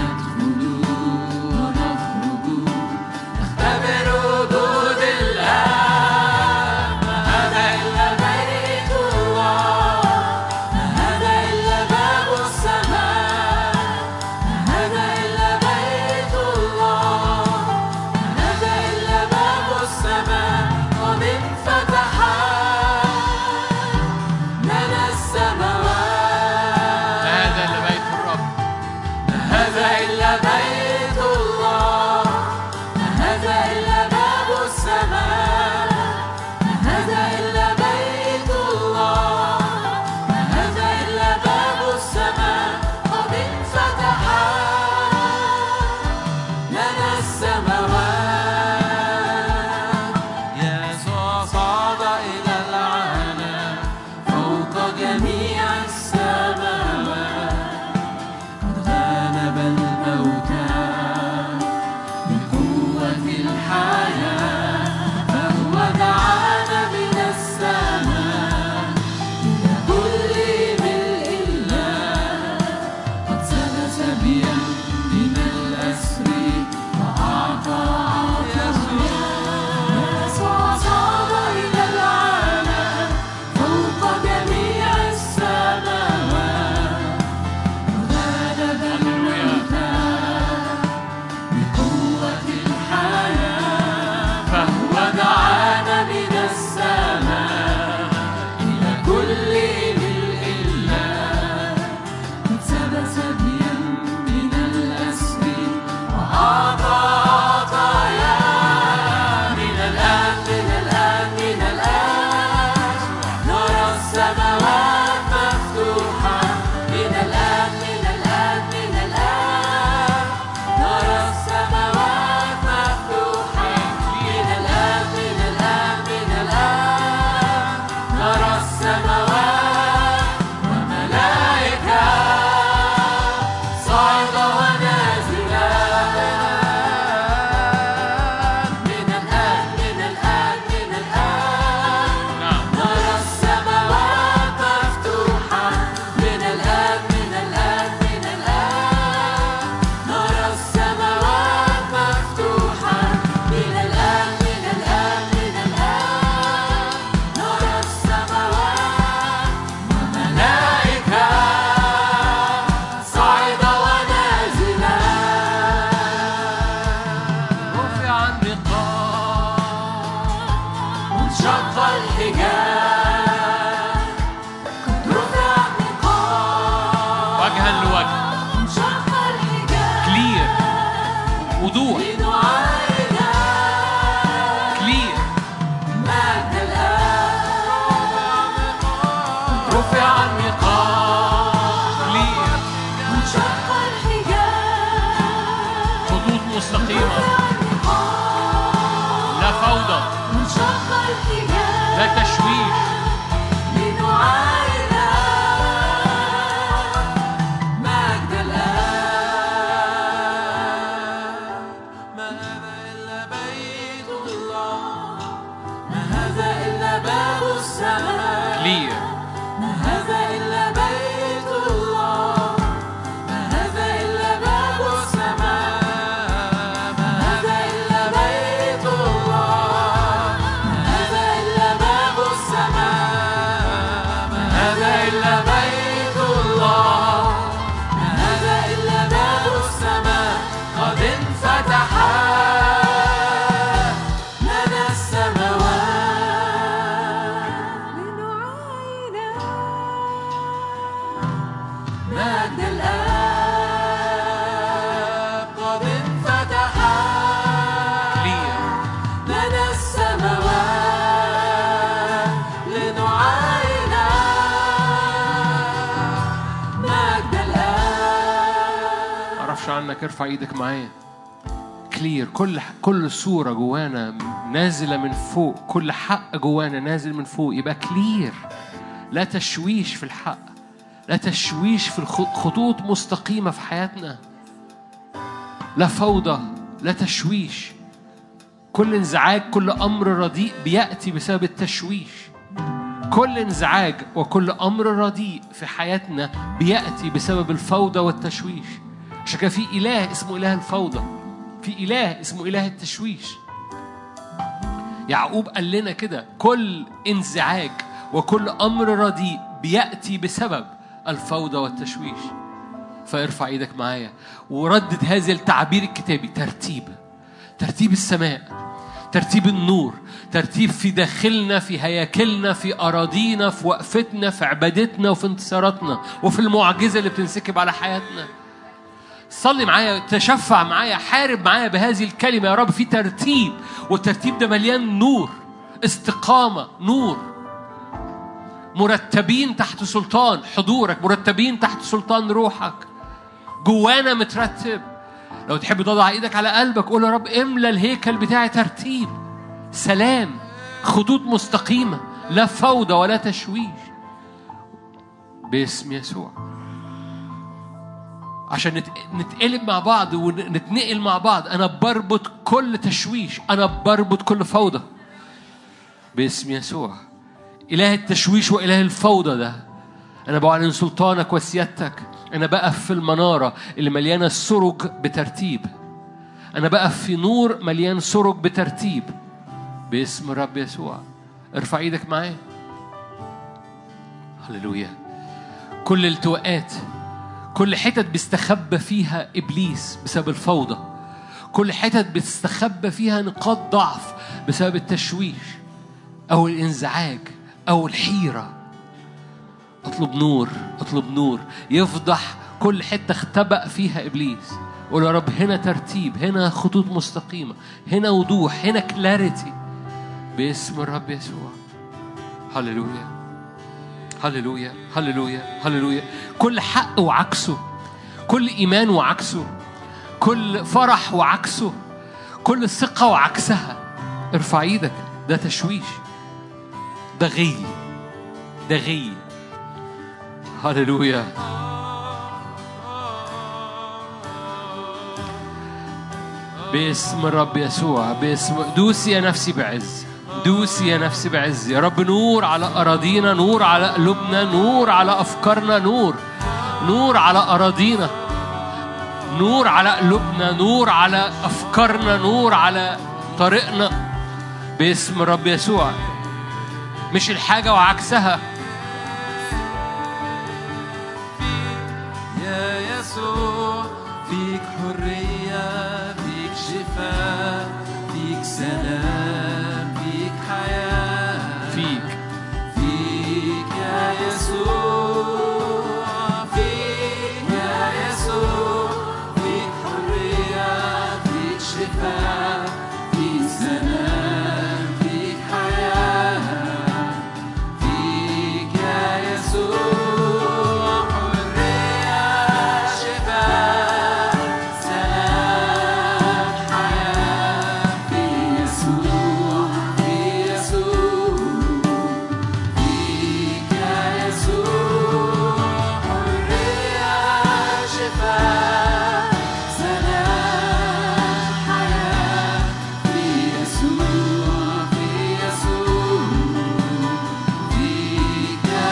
ارفع ايدك معايا. كلير، كل صورة جوانا نازلة من فوق، كل حق جوانا نازل من فوق يبقى كلير. لا تشويش في الحق، لا تشويش في الخطوط مستقيمة في حياتنا، لا فوضى، لا تشويش. كل انزعاج، كل أمر رديء بيأتي بسبب التشويش. كل انزعاج وكل أمر رديء في حياتنا بيأتي بسبب الفوضى والتشويش. عشان كده في إله اسمه إله الفوضى، في إله اسمه إله التشويش. يعقوب قال لنا كده، كل انزعاج وكل أمر رديء بيأتي بسبب الفوضى والتشويش. فارفع ايدك معايا وردد هذا التعبير الكتابي: ترتيب السماء، ترتيب النور، ترتيب في داخلنا، في هياكلنا، في أراضينا، في وقفتنا، في عبادتنا، وفي انتصاراتنا، وفي المعجزة اللي بتنسكب على حياتنا. صلي معايا، تشفع معايا، حارب معايا بهذه الكلمة: يا رب في ترتيب، والترتيب ده مليان نور، استقامة، نور. مرتبين تحت سلطان حضورك، مرتبين تحت سلطان روحك، جوانا مترتب. لو تحب تضع ايدك على قلبك قول: يا رب املى الهيكل بتاعي ترتيب، سلام، خطوط مستقيمة، لا فوضى ولا تشويش، باسم يسوع. عشان نتقلب مع بعض ونتنقل مع بعض. أنا بربط كل تشويش، أنا بربط كل فوضى باسم يسوع. إله التشويش وإله الفوضى ده أنا بعلن سلطانك وسيادتك. أنا بقف في المنارة اللي مليانة سرج بترتيب، أنا بقف في نور مليان سرج بترتيب باسم الرب يسوع. ارفع ايدك معايا. هللويا. كل التواءات، كل حتت بيستخبى فيها إبليس بسبب الفوضى، كل حتت بيستخبى فيها نقاط ضعف بسبب التشويش أو الانزعاج أو الحيرة، اطلب نور، اطلب نور يفضح كل حتة اختبأ فيها إبليس قول يا رب هنا ترتيب، هنا خطوط مستقيمة، هنا وضوح، هنا كلاريتي باسم الرب يسوع. هللويا هللويا هللويا هللويا. كل حق وعكسه، كل إيمان وعكسه، كل فرح وعكسه، كل ثقة وعكسها. ارفع ايدك. ده تشويش، ده غي، ده غي. هللويا. باسم الرب يسوع، باسم. دوسي يا نفسي بعز، دوسي يا نفسي بعز. يا رب نور على أراضينا، نور على قلوبنا، نور على أفكارنا، نور على أراضينا، نور على قلوبنا، نور على أفكارنا، نور على طريقنا باسم الرب يسوع. مش الحاجة وعكسها. يا يسوع فيك حرية، فيك شفاء، فيك سلام، فيك حياة، فيك يا يسوع، فيك يا يسوع، فيك حرية، فيك شفاء، فيك سلام، فيك حياة، فيك يا يسوع، حرية، شفاء، سلام، حياة، في يسوع، في يسوع، فيك يا يسوع، حرية، شفاء، سلام، حياة، في يسوع، في يسوع، فيك يا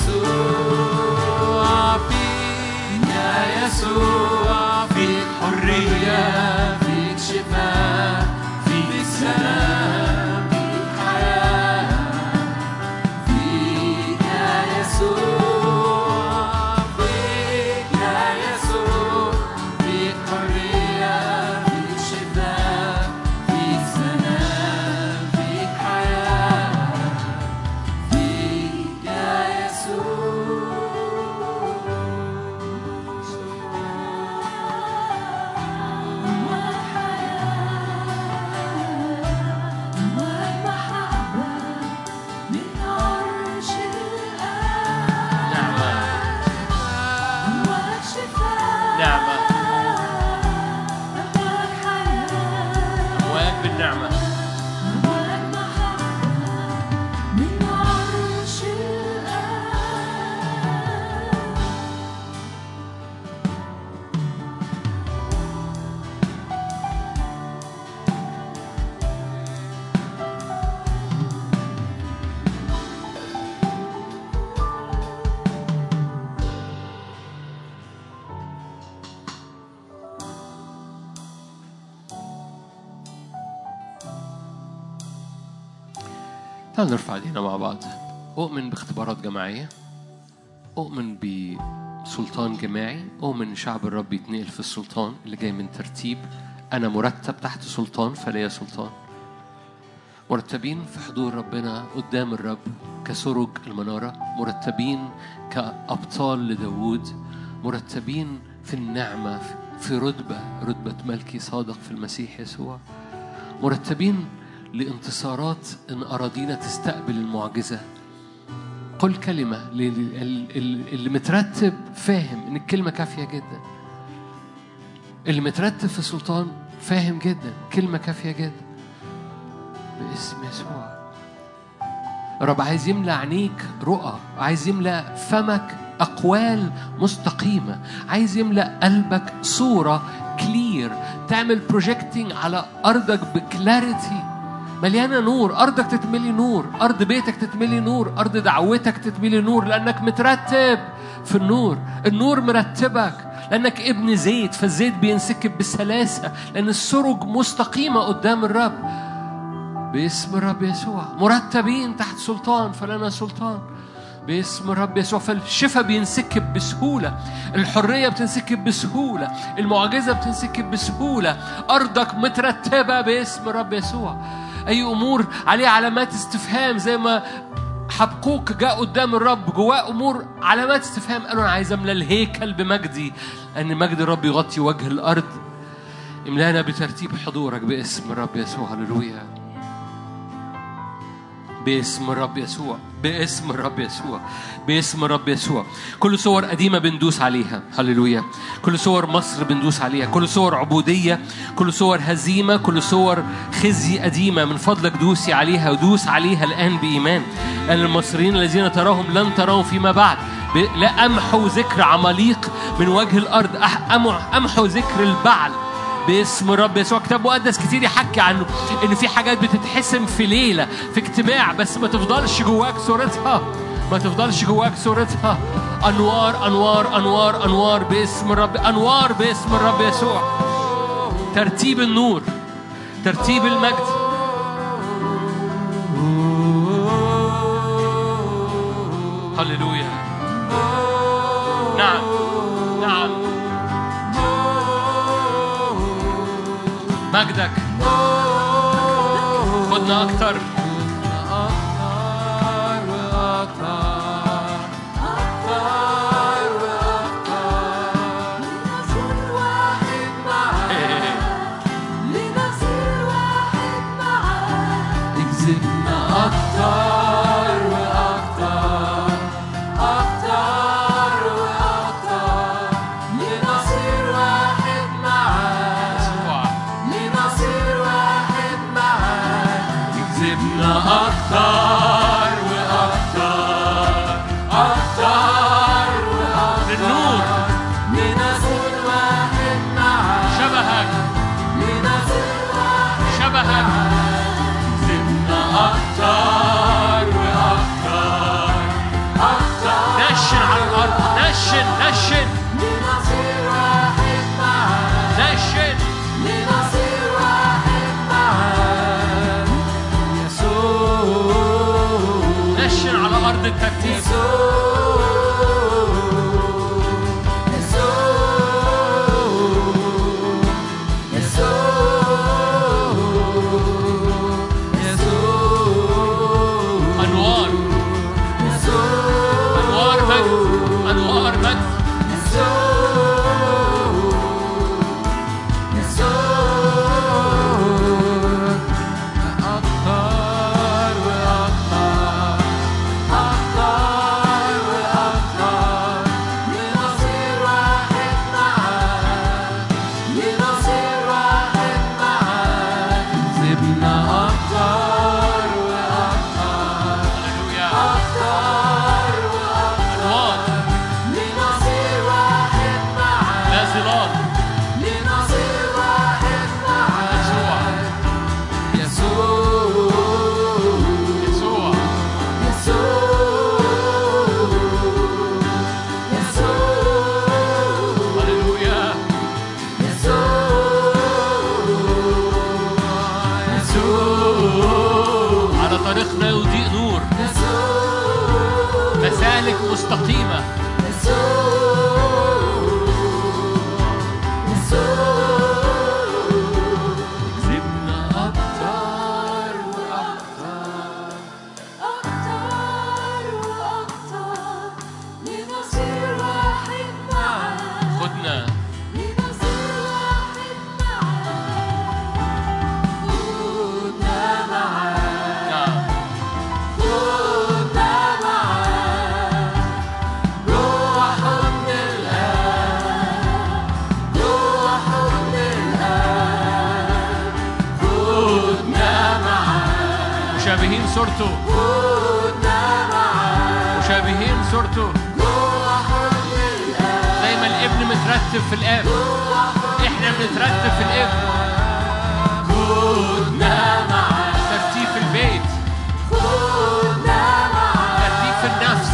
يسوع، فيك يا يسوع، فيك حرية، فيك شفاء، فيك سلام، فيك حياة، فيك يا يسوع، فيك يا يسوع، فيك حرية، فيك شفاء، فيك سلام، فيك حياة، فيك يا نعمة، أمواج بالنعمة. تعالوا نرفع ايدينا مع بعض. أؤمن باختبارات جماعية، أؤمن بسلطان جماعي، أؤمن شعب الرب يتنقل في السلطان اللي جاي من ترتيب. أنا مرتب تحت سلطان فليا سلطان، مرتبين في حضور ربنا قدام الرب كسرج المنارة، مرتبين كأبطال لداود، مرتبين في النعمة، في رتبة ملكي صادق في المسيح يسوع، مرتبين لانتصارات إن أراضينا تستقبل المعجزة. قل كلمة اللي مترتب فاهم إن الكلمة كافية جدا، اللي مترتب في سلطان فاهم جدا كلمة كافية جدا باسم يسوع. الرب عايز يملأ عينيك رؤى، عايز يملأ فمك أقوال مستقيمة، عايز يملأ قلبك صورة كلير، تعمل بروجيكتينج على أرضك بكلاريتي مليانة نور. أرضك تتملي نور، أرض بيتك تتملي نور، أرض دعوتك تتملي نور، لأنك مترتب في النور. النور مرتبك لأنك ابن زيت، فالزيت بينسكب بسلاسة لأن السرج مستقيمة قدام الرب باسم الرب يسوع. مرتبين تحت سلطان فلنا سلطان باسم الرب يسوع. فالشفاء بينسكب بسهولة، الحرية بتنسكب بسهولة، المعجزة بتنسكب بسهولة. أرضك مترتبة باسم الرب يسوع. أي أمور عليه علامات استفهام زي ما حبقوق جاء قدام الرب جواه أمور علامات استفهام. قالوا أنا عايز أملى الهيكل بمجدي، أن مجد الرب يغطي وجه الأرض. املانا بترتيب حضورك باسم الرب يسوع. هللويا. باسم الرب يسوع، باسم الرب يسوع، باسم الرب يسوع. كل صور قديمة بندوس عليها. هللويا. كل صور مصر بندوس عليها، كل صور عبودية، كل صور هزيمة، كل صور خزي قديمة، من فضلك دوسي عليها ودوس عليها الآن بإيمان. أن المصريين الذين تراهم لن تراهم فيما بعد. لا أمحو ذكر عماليق من وجه الأرض، أمحو ذكر البعل باسم الرب يسوع. كتاب مقدس كتير يحكي عنه إن في حاجات بتتحسم في ليلة في اجتماع، بس ما تفضلش جواك صورتها، ما تفضلش جواك صورتها. أنوار أنوار أنوار أنوار باسم الرب، أنوار باسم الرب يسوع. ترتيب النور، ترتيب المجد. هللويا. نعم نعم. مجدك خدنا أكتر. مستقيمة. صورته، مشابهين صورته، زي ما الابن مترتب في الاب احنا بنترتب في الابن. ترتيب في البيت، ترتيب في النفس.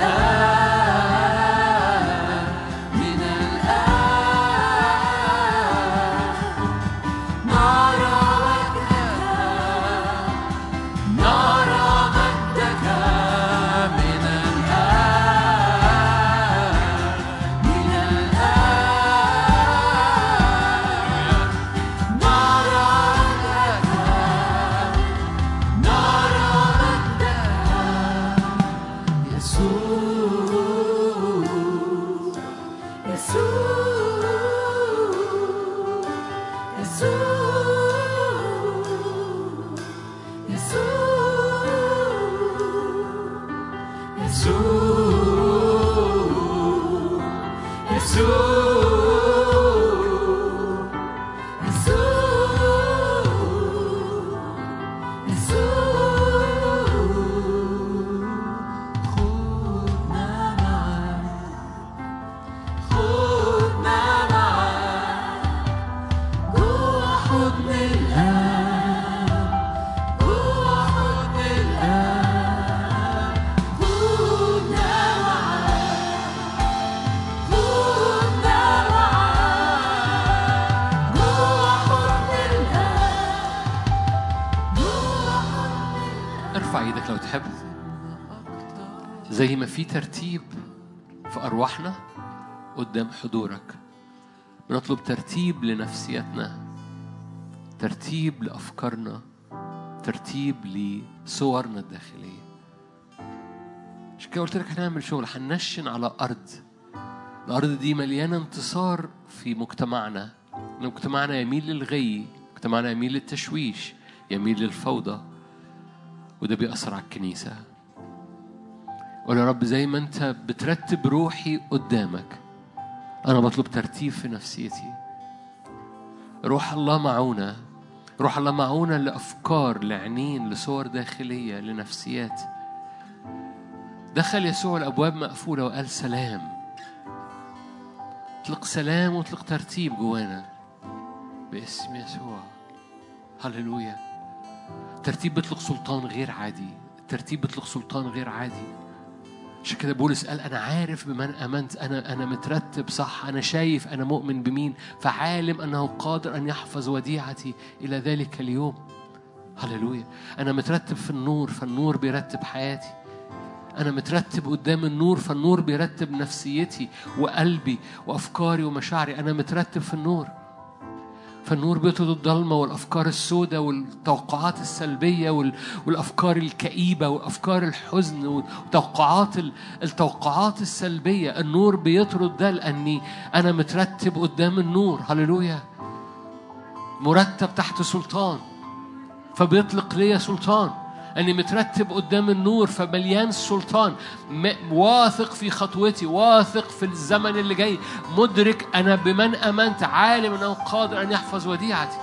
زي ما في ترتيب في أرواحنا قدام حضورك، بنطلب ترتيب لنفسيتنا، ترتيب لأفكارنا، ترتيب لصورنا الداخلية. عشان كده قلت لك هنعمل شغل، هننشن على أرض. الأرض دي مليانة انتصار في مجتمعنا. مجتمعنا يميل للغي، مجتمعنا يميل للتشويش، يميل للفوضى، وده بيأثر على الكنيسة. قول يا رب زي ما أنت بترتب روحي قدامك، أنا بطلب ترتيب في نفسيتي. روح الله معونا، روح الله معونا لأفكار، لعينين، لصور داخلية، لنفسيات. دخل يسوع الأبواب مقفولة وقال سلام. اطلق سلام واطلق ترتيب جوانا باسم يسوع. هللويا. الترتيب بيطلق سلطان غير عادي، الترتيب بيطلق سلطان غير عادي. عشان كده بولس قال أنا عارف بمن آمنت، أنا مترتب صح، أنا شايف أنا مؤمن بمين، فعالم أنه قادر أن يحفظ وديعتي إلى ذلك اليوم. هللويا. أنا مترتب في النور، فالنور بيرتب حياتي. أنا مترتب قدام النور، فالنور بيرتب نفسيتي وقلبي وأفكاري ومشاعري. أنا مترتب في النور، فالنور بيطرد الضلمة والأفكار السوداء والتوقعات السلبية والأفكار الكئيبة وأفكار الحزن والتوقعات السلبية. النور بيطرد ده لأني أنا مترتب قدام النور. هللويا. مرتب تحت سلطان، فبيطلق لي سلطان. أني مترتب قدام النور فمليان سلطان، واثق في خطوتي، واثق في الزمن اللي جاي، مدرك أنا بمن آمنت، عالم أنه قادر أن يحفظ وديعتي.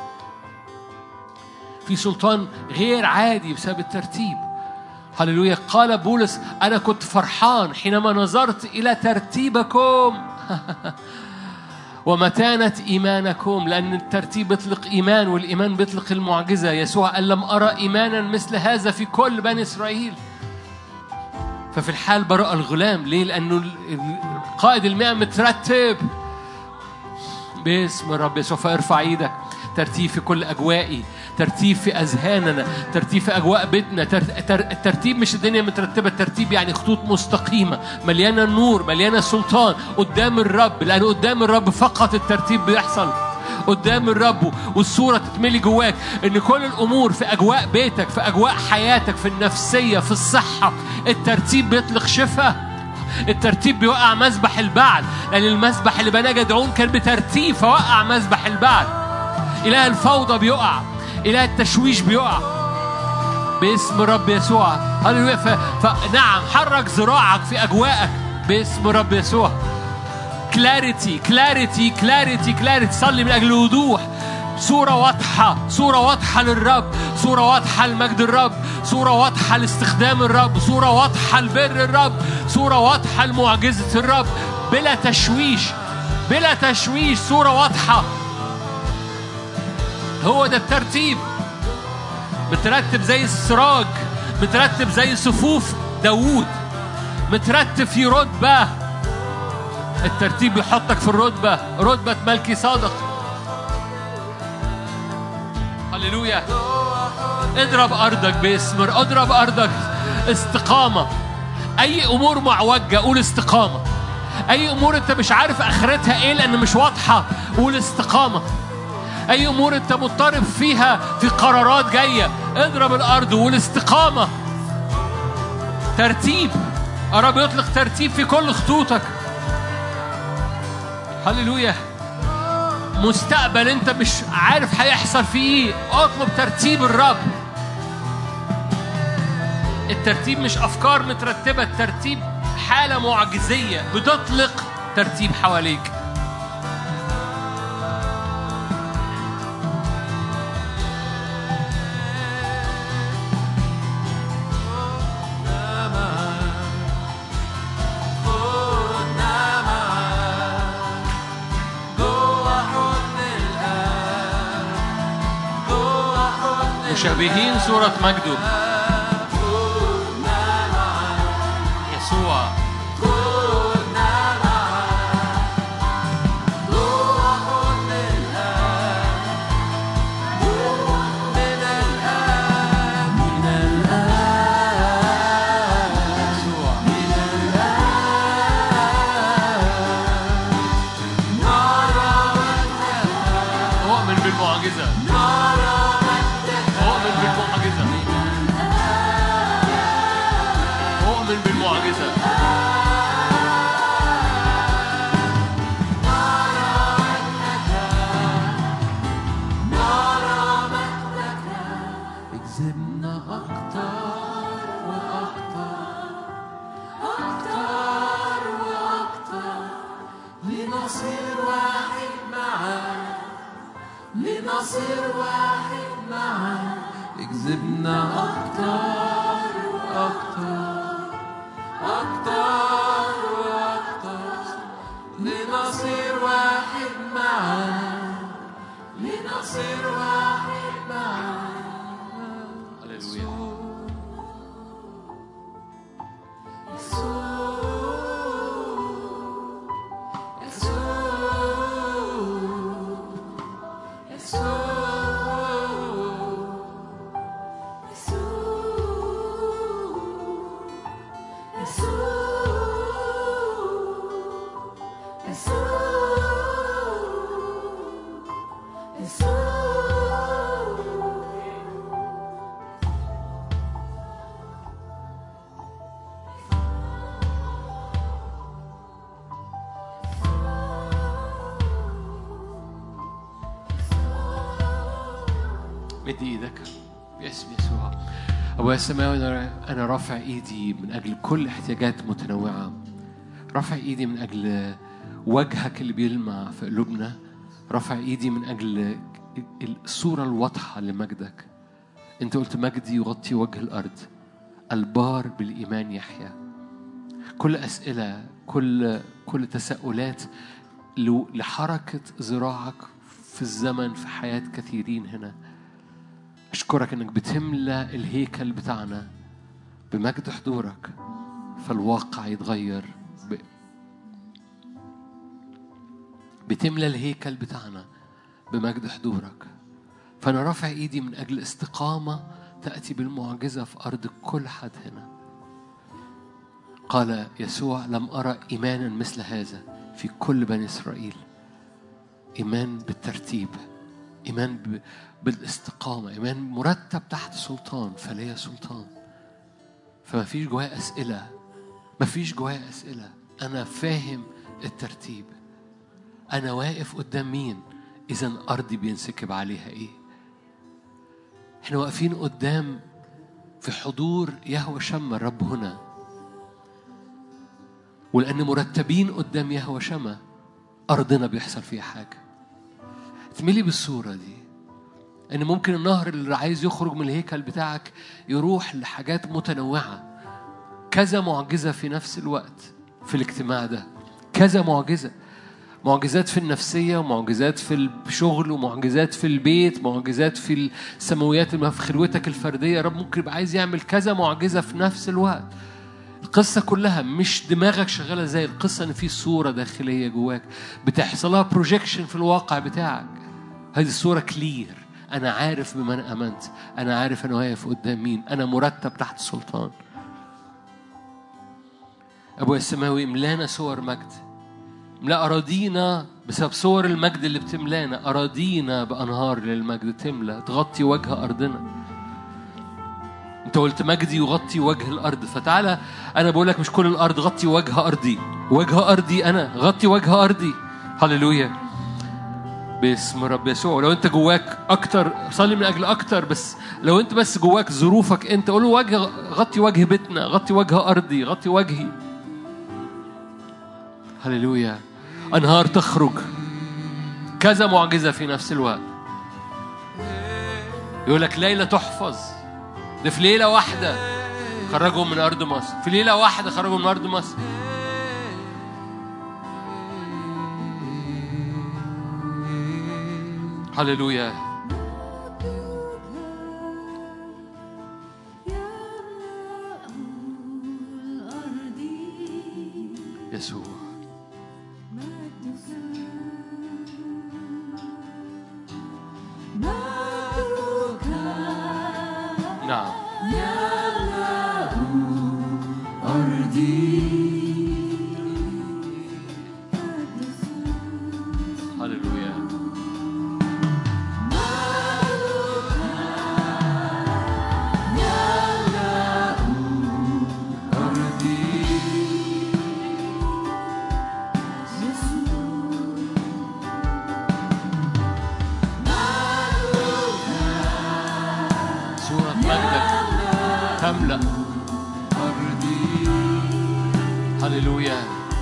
في سلطان غير عادي بسبب الترتيب. هللويا. قال بولس أنا كنت فرحان حينما نظرت إلى ترتيبكم ومتانة إيمانكم، لأن الترتيب بيطلق إيمان، والإيمان بيطلق المعجزة. يسوع قال لم أرى إيمانا مثل هذا في كل بني إسرائيل. ففي الحال برأ الغلام. ليه؟ لأنه قائد المئة مترتب باسم الرب يسوع. فارفع ايدك. ترتيب في كل أجوائي، ترتيب في أذهاننا، ترتيب في أجواء بيتنا. الترتيب مش الدنيا مترتبة، الترتيب يعني خطوط مستقيمة مليانة نور، مليانة سلطان قدام الرب، لأن قدام الرب فقط الترتيب بيحصل. قدام الرب والصورة تتملي جواك إن كل الأمور في أجواء بيتك، في أجواء حياتك، في النفسية، في الصحة، الترتيب بيطلق شفاء. الترتيب بيوقع مذبح البعل، لأن المذبح اللي بناه جدعون كان بترتيب، فوقع مذبح البعل. إله الفوضى بيقع، إله التشويش بيقع باسم رب يسوع. هللويا. فنعم حرك ذراعك في أجواءك باسم رب يسوع. كلاريتي كلاريتي كلاريتي كلاريتي. صلي من أجل وضوح، صورة واضحة، صورة واضحة للرب، صورة واضحة لمجد الرب، صورة واضحة لاستخدام الرب، صورة واضحة لبر الرب، صورة واضحة لمعجزة الرب، بلا تشويش، بلا تشويش، صورة واضحة. هو ده الترتيب. مترتب زي السراج، مترتب زي صفوف داوود، مترتب في رتبة. الترتيب بيحطك في الرتبة، رتبة ملكي صادق. هللويا. اضرب أرضك باسم، اضرب أرضك استقامة. أي أمور معوجة قول استقامة. أي أمور أنت مش عارف آخرتها إيه لأن مش واضحة قول استقامة. أي أمور أنت مضطرب فيها في قرارات جاية اضرب الأرض وقول استقامة. ترتيب. الرب يطلق ترتيب في كل خطوطك. هللويا. مستقبل أنت مش عارف هيحصل فيه إيه اطلب ترتيب الرب. الترتيب مش أفكار مترتبة، الترتيب حالة معجزية بتطلق ترتيب حواليك. مشابهين صورة مجده يسوع. أؤمن بالمعجزة. أؤمن بالمعجزة. اجذبنا أكتر وأكتر، أكتر وأكتر، لنصير واحد معاك، لنصير واحد معاك. اجذبنا أكتر وأكتر، أكتر وأكتر، لنصير واحد معاك، لنصير واحد معاك. هللويا. مد ايدك باسم يسوع. أبويا السماوي أنا رافع إيدي من أجل كل احتياجات متنوعة. رافع إيدي من أجل وجهك اللي بيلمع في قلوبنا. رافع إيدي من أجل الصورة الواضحة لمجدك. أنت قلت مجدي يغطي وجه الأرض، البار بالإيمان يحيا. كل أسئلة، كل تساؤلات لحركة ذراعك في الزمن في حياة كثيرين هنا. أشكرك أنك بتملى الهيكل بتاعنا بمجد حضورك، فالواقع يتغير. بتملى الهيكل بتاعنا بمجد حضورك. فأنا رافع إيدي من أجل استقامة تأتي بالمعجزة في أرض كل حد هنا. قال يسوع لم أرى إيمانا مثل هذا في كل بني إسرائيل. إيمان بالترتيب، إيمان بالاستقامة، إيمان مرتب تحت سلطان، فليا سلطان. فما فيش جوايا أسئلة، ما فيش جوايا أسئلة. أنا فاهم الترتيب. أنا واقف قدام مين؟ إذن أرضي بينسكب عليها إيه؟ إحنا واقفين قدام في حضور يهوه شمع الرب هنا، ولأن مرتبين قدام يهوه شمع أرضنا بيحصل فيها حاجة. تملي بالصورة دي إن ممكن النهر اللي عايز يخرج من الهيكل بتاعك يروح لحاجات متنوعة. كذا معجزة في نفس الوقت في الاجتماع ده، كذا معجزة. معجزات في النفسية، ومعجزات في الشغل، ومعجزات في البيت، معجزات في السماويات، في خلوتك الفردية. رب ممكن يبقى عايز يعمل كذا معجزة في نفس الوقت. القصة كلها مش دماغك شغالة زي القصة، إن في صورة داخلية جواك بتحصلها بروجيكشن في الواقع بتاعك. هذه الصورة كلير. أنا عارف بمن آمنت، أنا عارف أنا واقف قدام مين، أنا مرتب تحت سلطان. أبويا السماوي املانا صور مجد، املا أراضينا بسبب صور المجد اللي بتملانا، أراضينا بأنهار للمجد تملى تغطي وجه أرضنا. أنت قلت مجدي يغطي وجه الأرض، فتعالى أنا بقول لك مش كل الأرض، غطي وجه أرضي، وجه أرضي أنا، غطي وجه أرضي. هللويا باسم رب يسوع. ولو أنت جواك أكتر صلي من أجل أكتر، بس لو أنت بس جواك ظروفك أنت قول له وجه، غطي وجه بيتنا، غطي وجه أرضي، غطي وجهي. هللويا. أنهار تخرج، كذا معجزة في نفس الوقت. يقول لك ليلة تحفظ، ده في ليلة واحدة خرجهم من أرض مصر، في ليلة واحدة خرجوا من أرض مصر. هللويا. يسوع نعم. هللويا. تملأ أرضي. هللويا.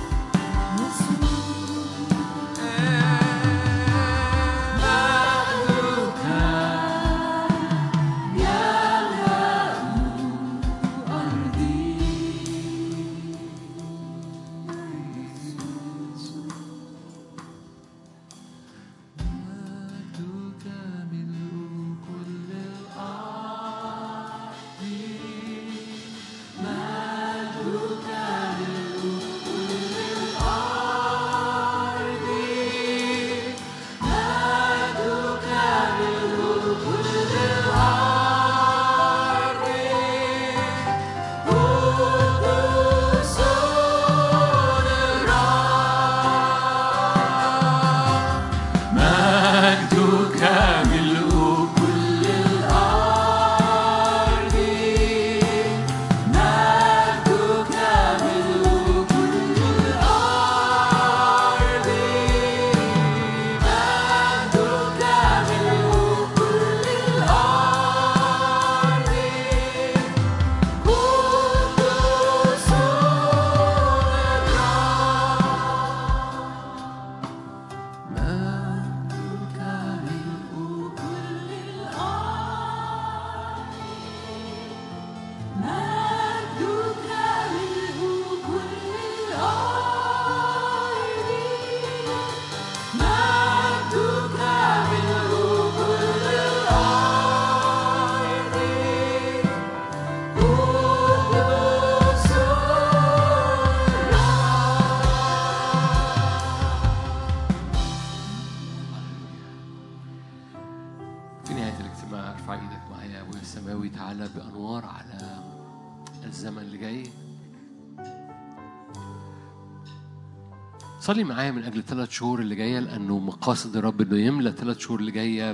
صلي معايا من أجل 3 شهور اللي جاية، لأنه مقاصد الرب إنه يملى 3 شهور اللي جاية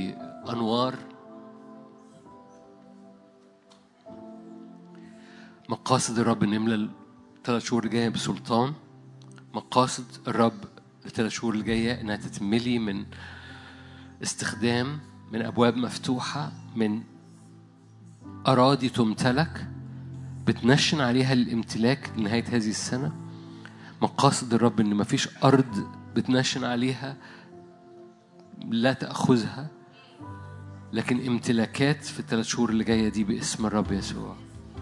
بأنوار. مقاصد الرب إنه يملى 3 شهور اللي جاية بسلطان. مقاصد الرب 3 شهور اللي جاية إنها تتملي من استخدام، من أبواب مفتوحة، من أراضي تمتلك بتنشن عليها الامتلاك لنهاية هذه السنة. مقاصد الرب إن مفيش أرض بتنشن عليها لا تأخذها، لكن امتلاكات في 3 شهور اللي جاية دي باسم الرب يسوع.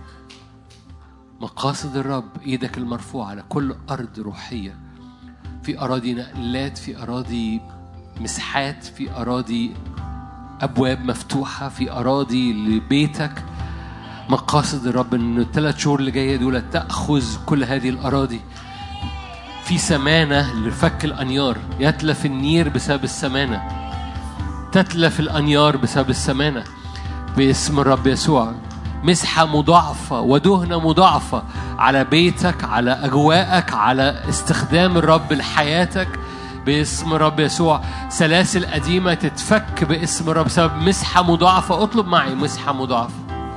مقاصد الرب إيدك المرفوعة على كل أرض روحية، في أراضي نقلات، في أراضي مسحات، في أراضي أبواب مفتوحة، في أراضي لبيتك. مقاصد الرب إن ال3 شهور اللي جاية دول تأخذ كل هذه الأراضي. في سمانة لفك الأنيار، يتلف النير بسبب السمانة، تتلف الأنيار بسبب السمانة باسم الرب يسوع. مسحة مضاعفة ودهنة مضاعفة على بيتك، على أجواءك، على استخدام الرب لحياتك باسم الرب يسوع. سلاسل قديمة تتفك باسم الرب بسبب مسحة مضاعفة. اطلب معي مسحة مضاعفة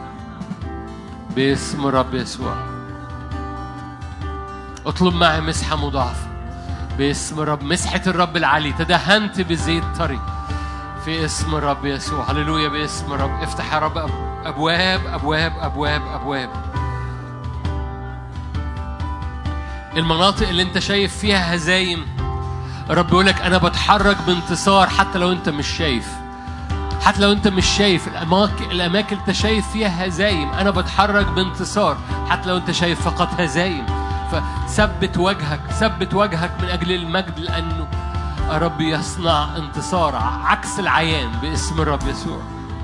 باسم الرب يسوع. اطلب معي مسحة مضاعفة باسم الرب. مسحة الرب العلي، تدهنت بزيت طري في اسم الرب يسوع. هللويا باسم الرب. افتح يا رب أبواب أبواب أبواب أبواب. المناطق اللي انت شايف فيها هزايم، الرب يقولك أنا بتحرك بانتصار حتى لو انت مش شايف. حتى لو انت مش شايف الأماكن انت شايف فيها هزايم، أنا بتحرك بانتصار حتى لو انت شايف فقط هزايم. فثبت وجهك، ثبت وجهك من أجل المجد، لأنه الرب يصنع انتصار عكس العيان باسم الرب يسوع.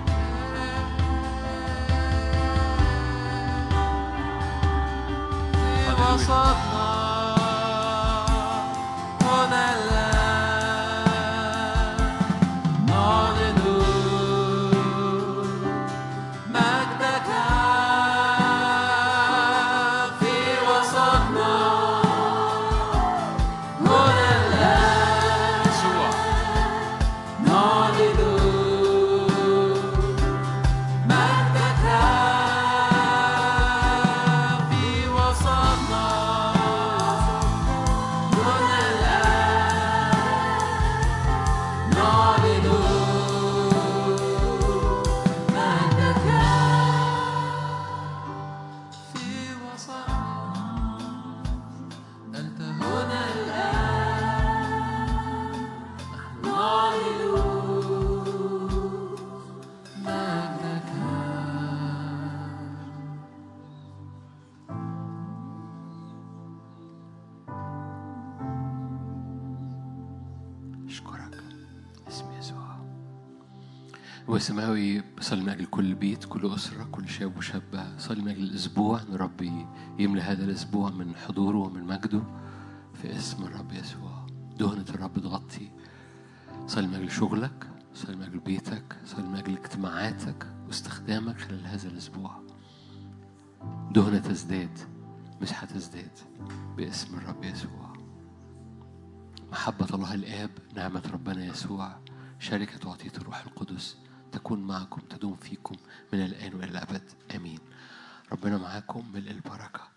سماوي، بصلي من أجل كل بيت، كل أسرة، كل شاب وشابة. صلي من أجل الأسبوع إن ربي يملى هذا الأسبوع من حضوره ومن مجده في اسم الرب يسوع. دهنة الرب تغطي. صلي من أجل شغلك، صلي من أجل بيتك، صلي من أجل اجتماعاتك واستخدامك خلال هذا الأسبوع. دهنة تزداد، مسحة تزداد باسم الرب يسوع. محبة الله الآب، نعمة ربنا يسوع، شركة وعطية الروح القدس تكون معكم، تدوم فيكم من الآن وإلى الأبد. آمين. ربنا معاكم، ملء البركة.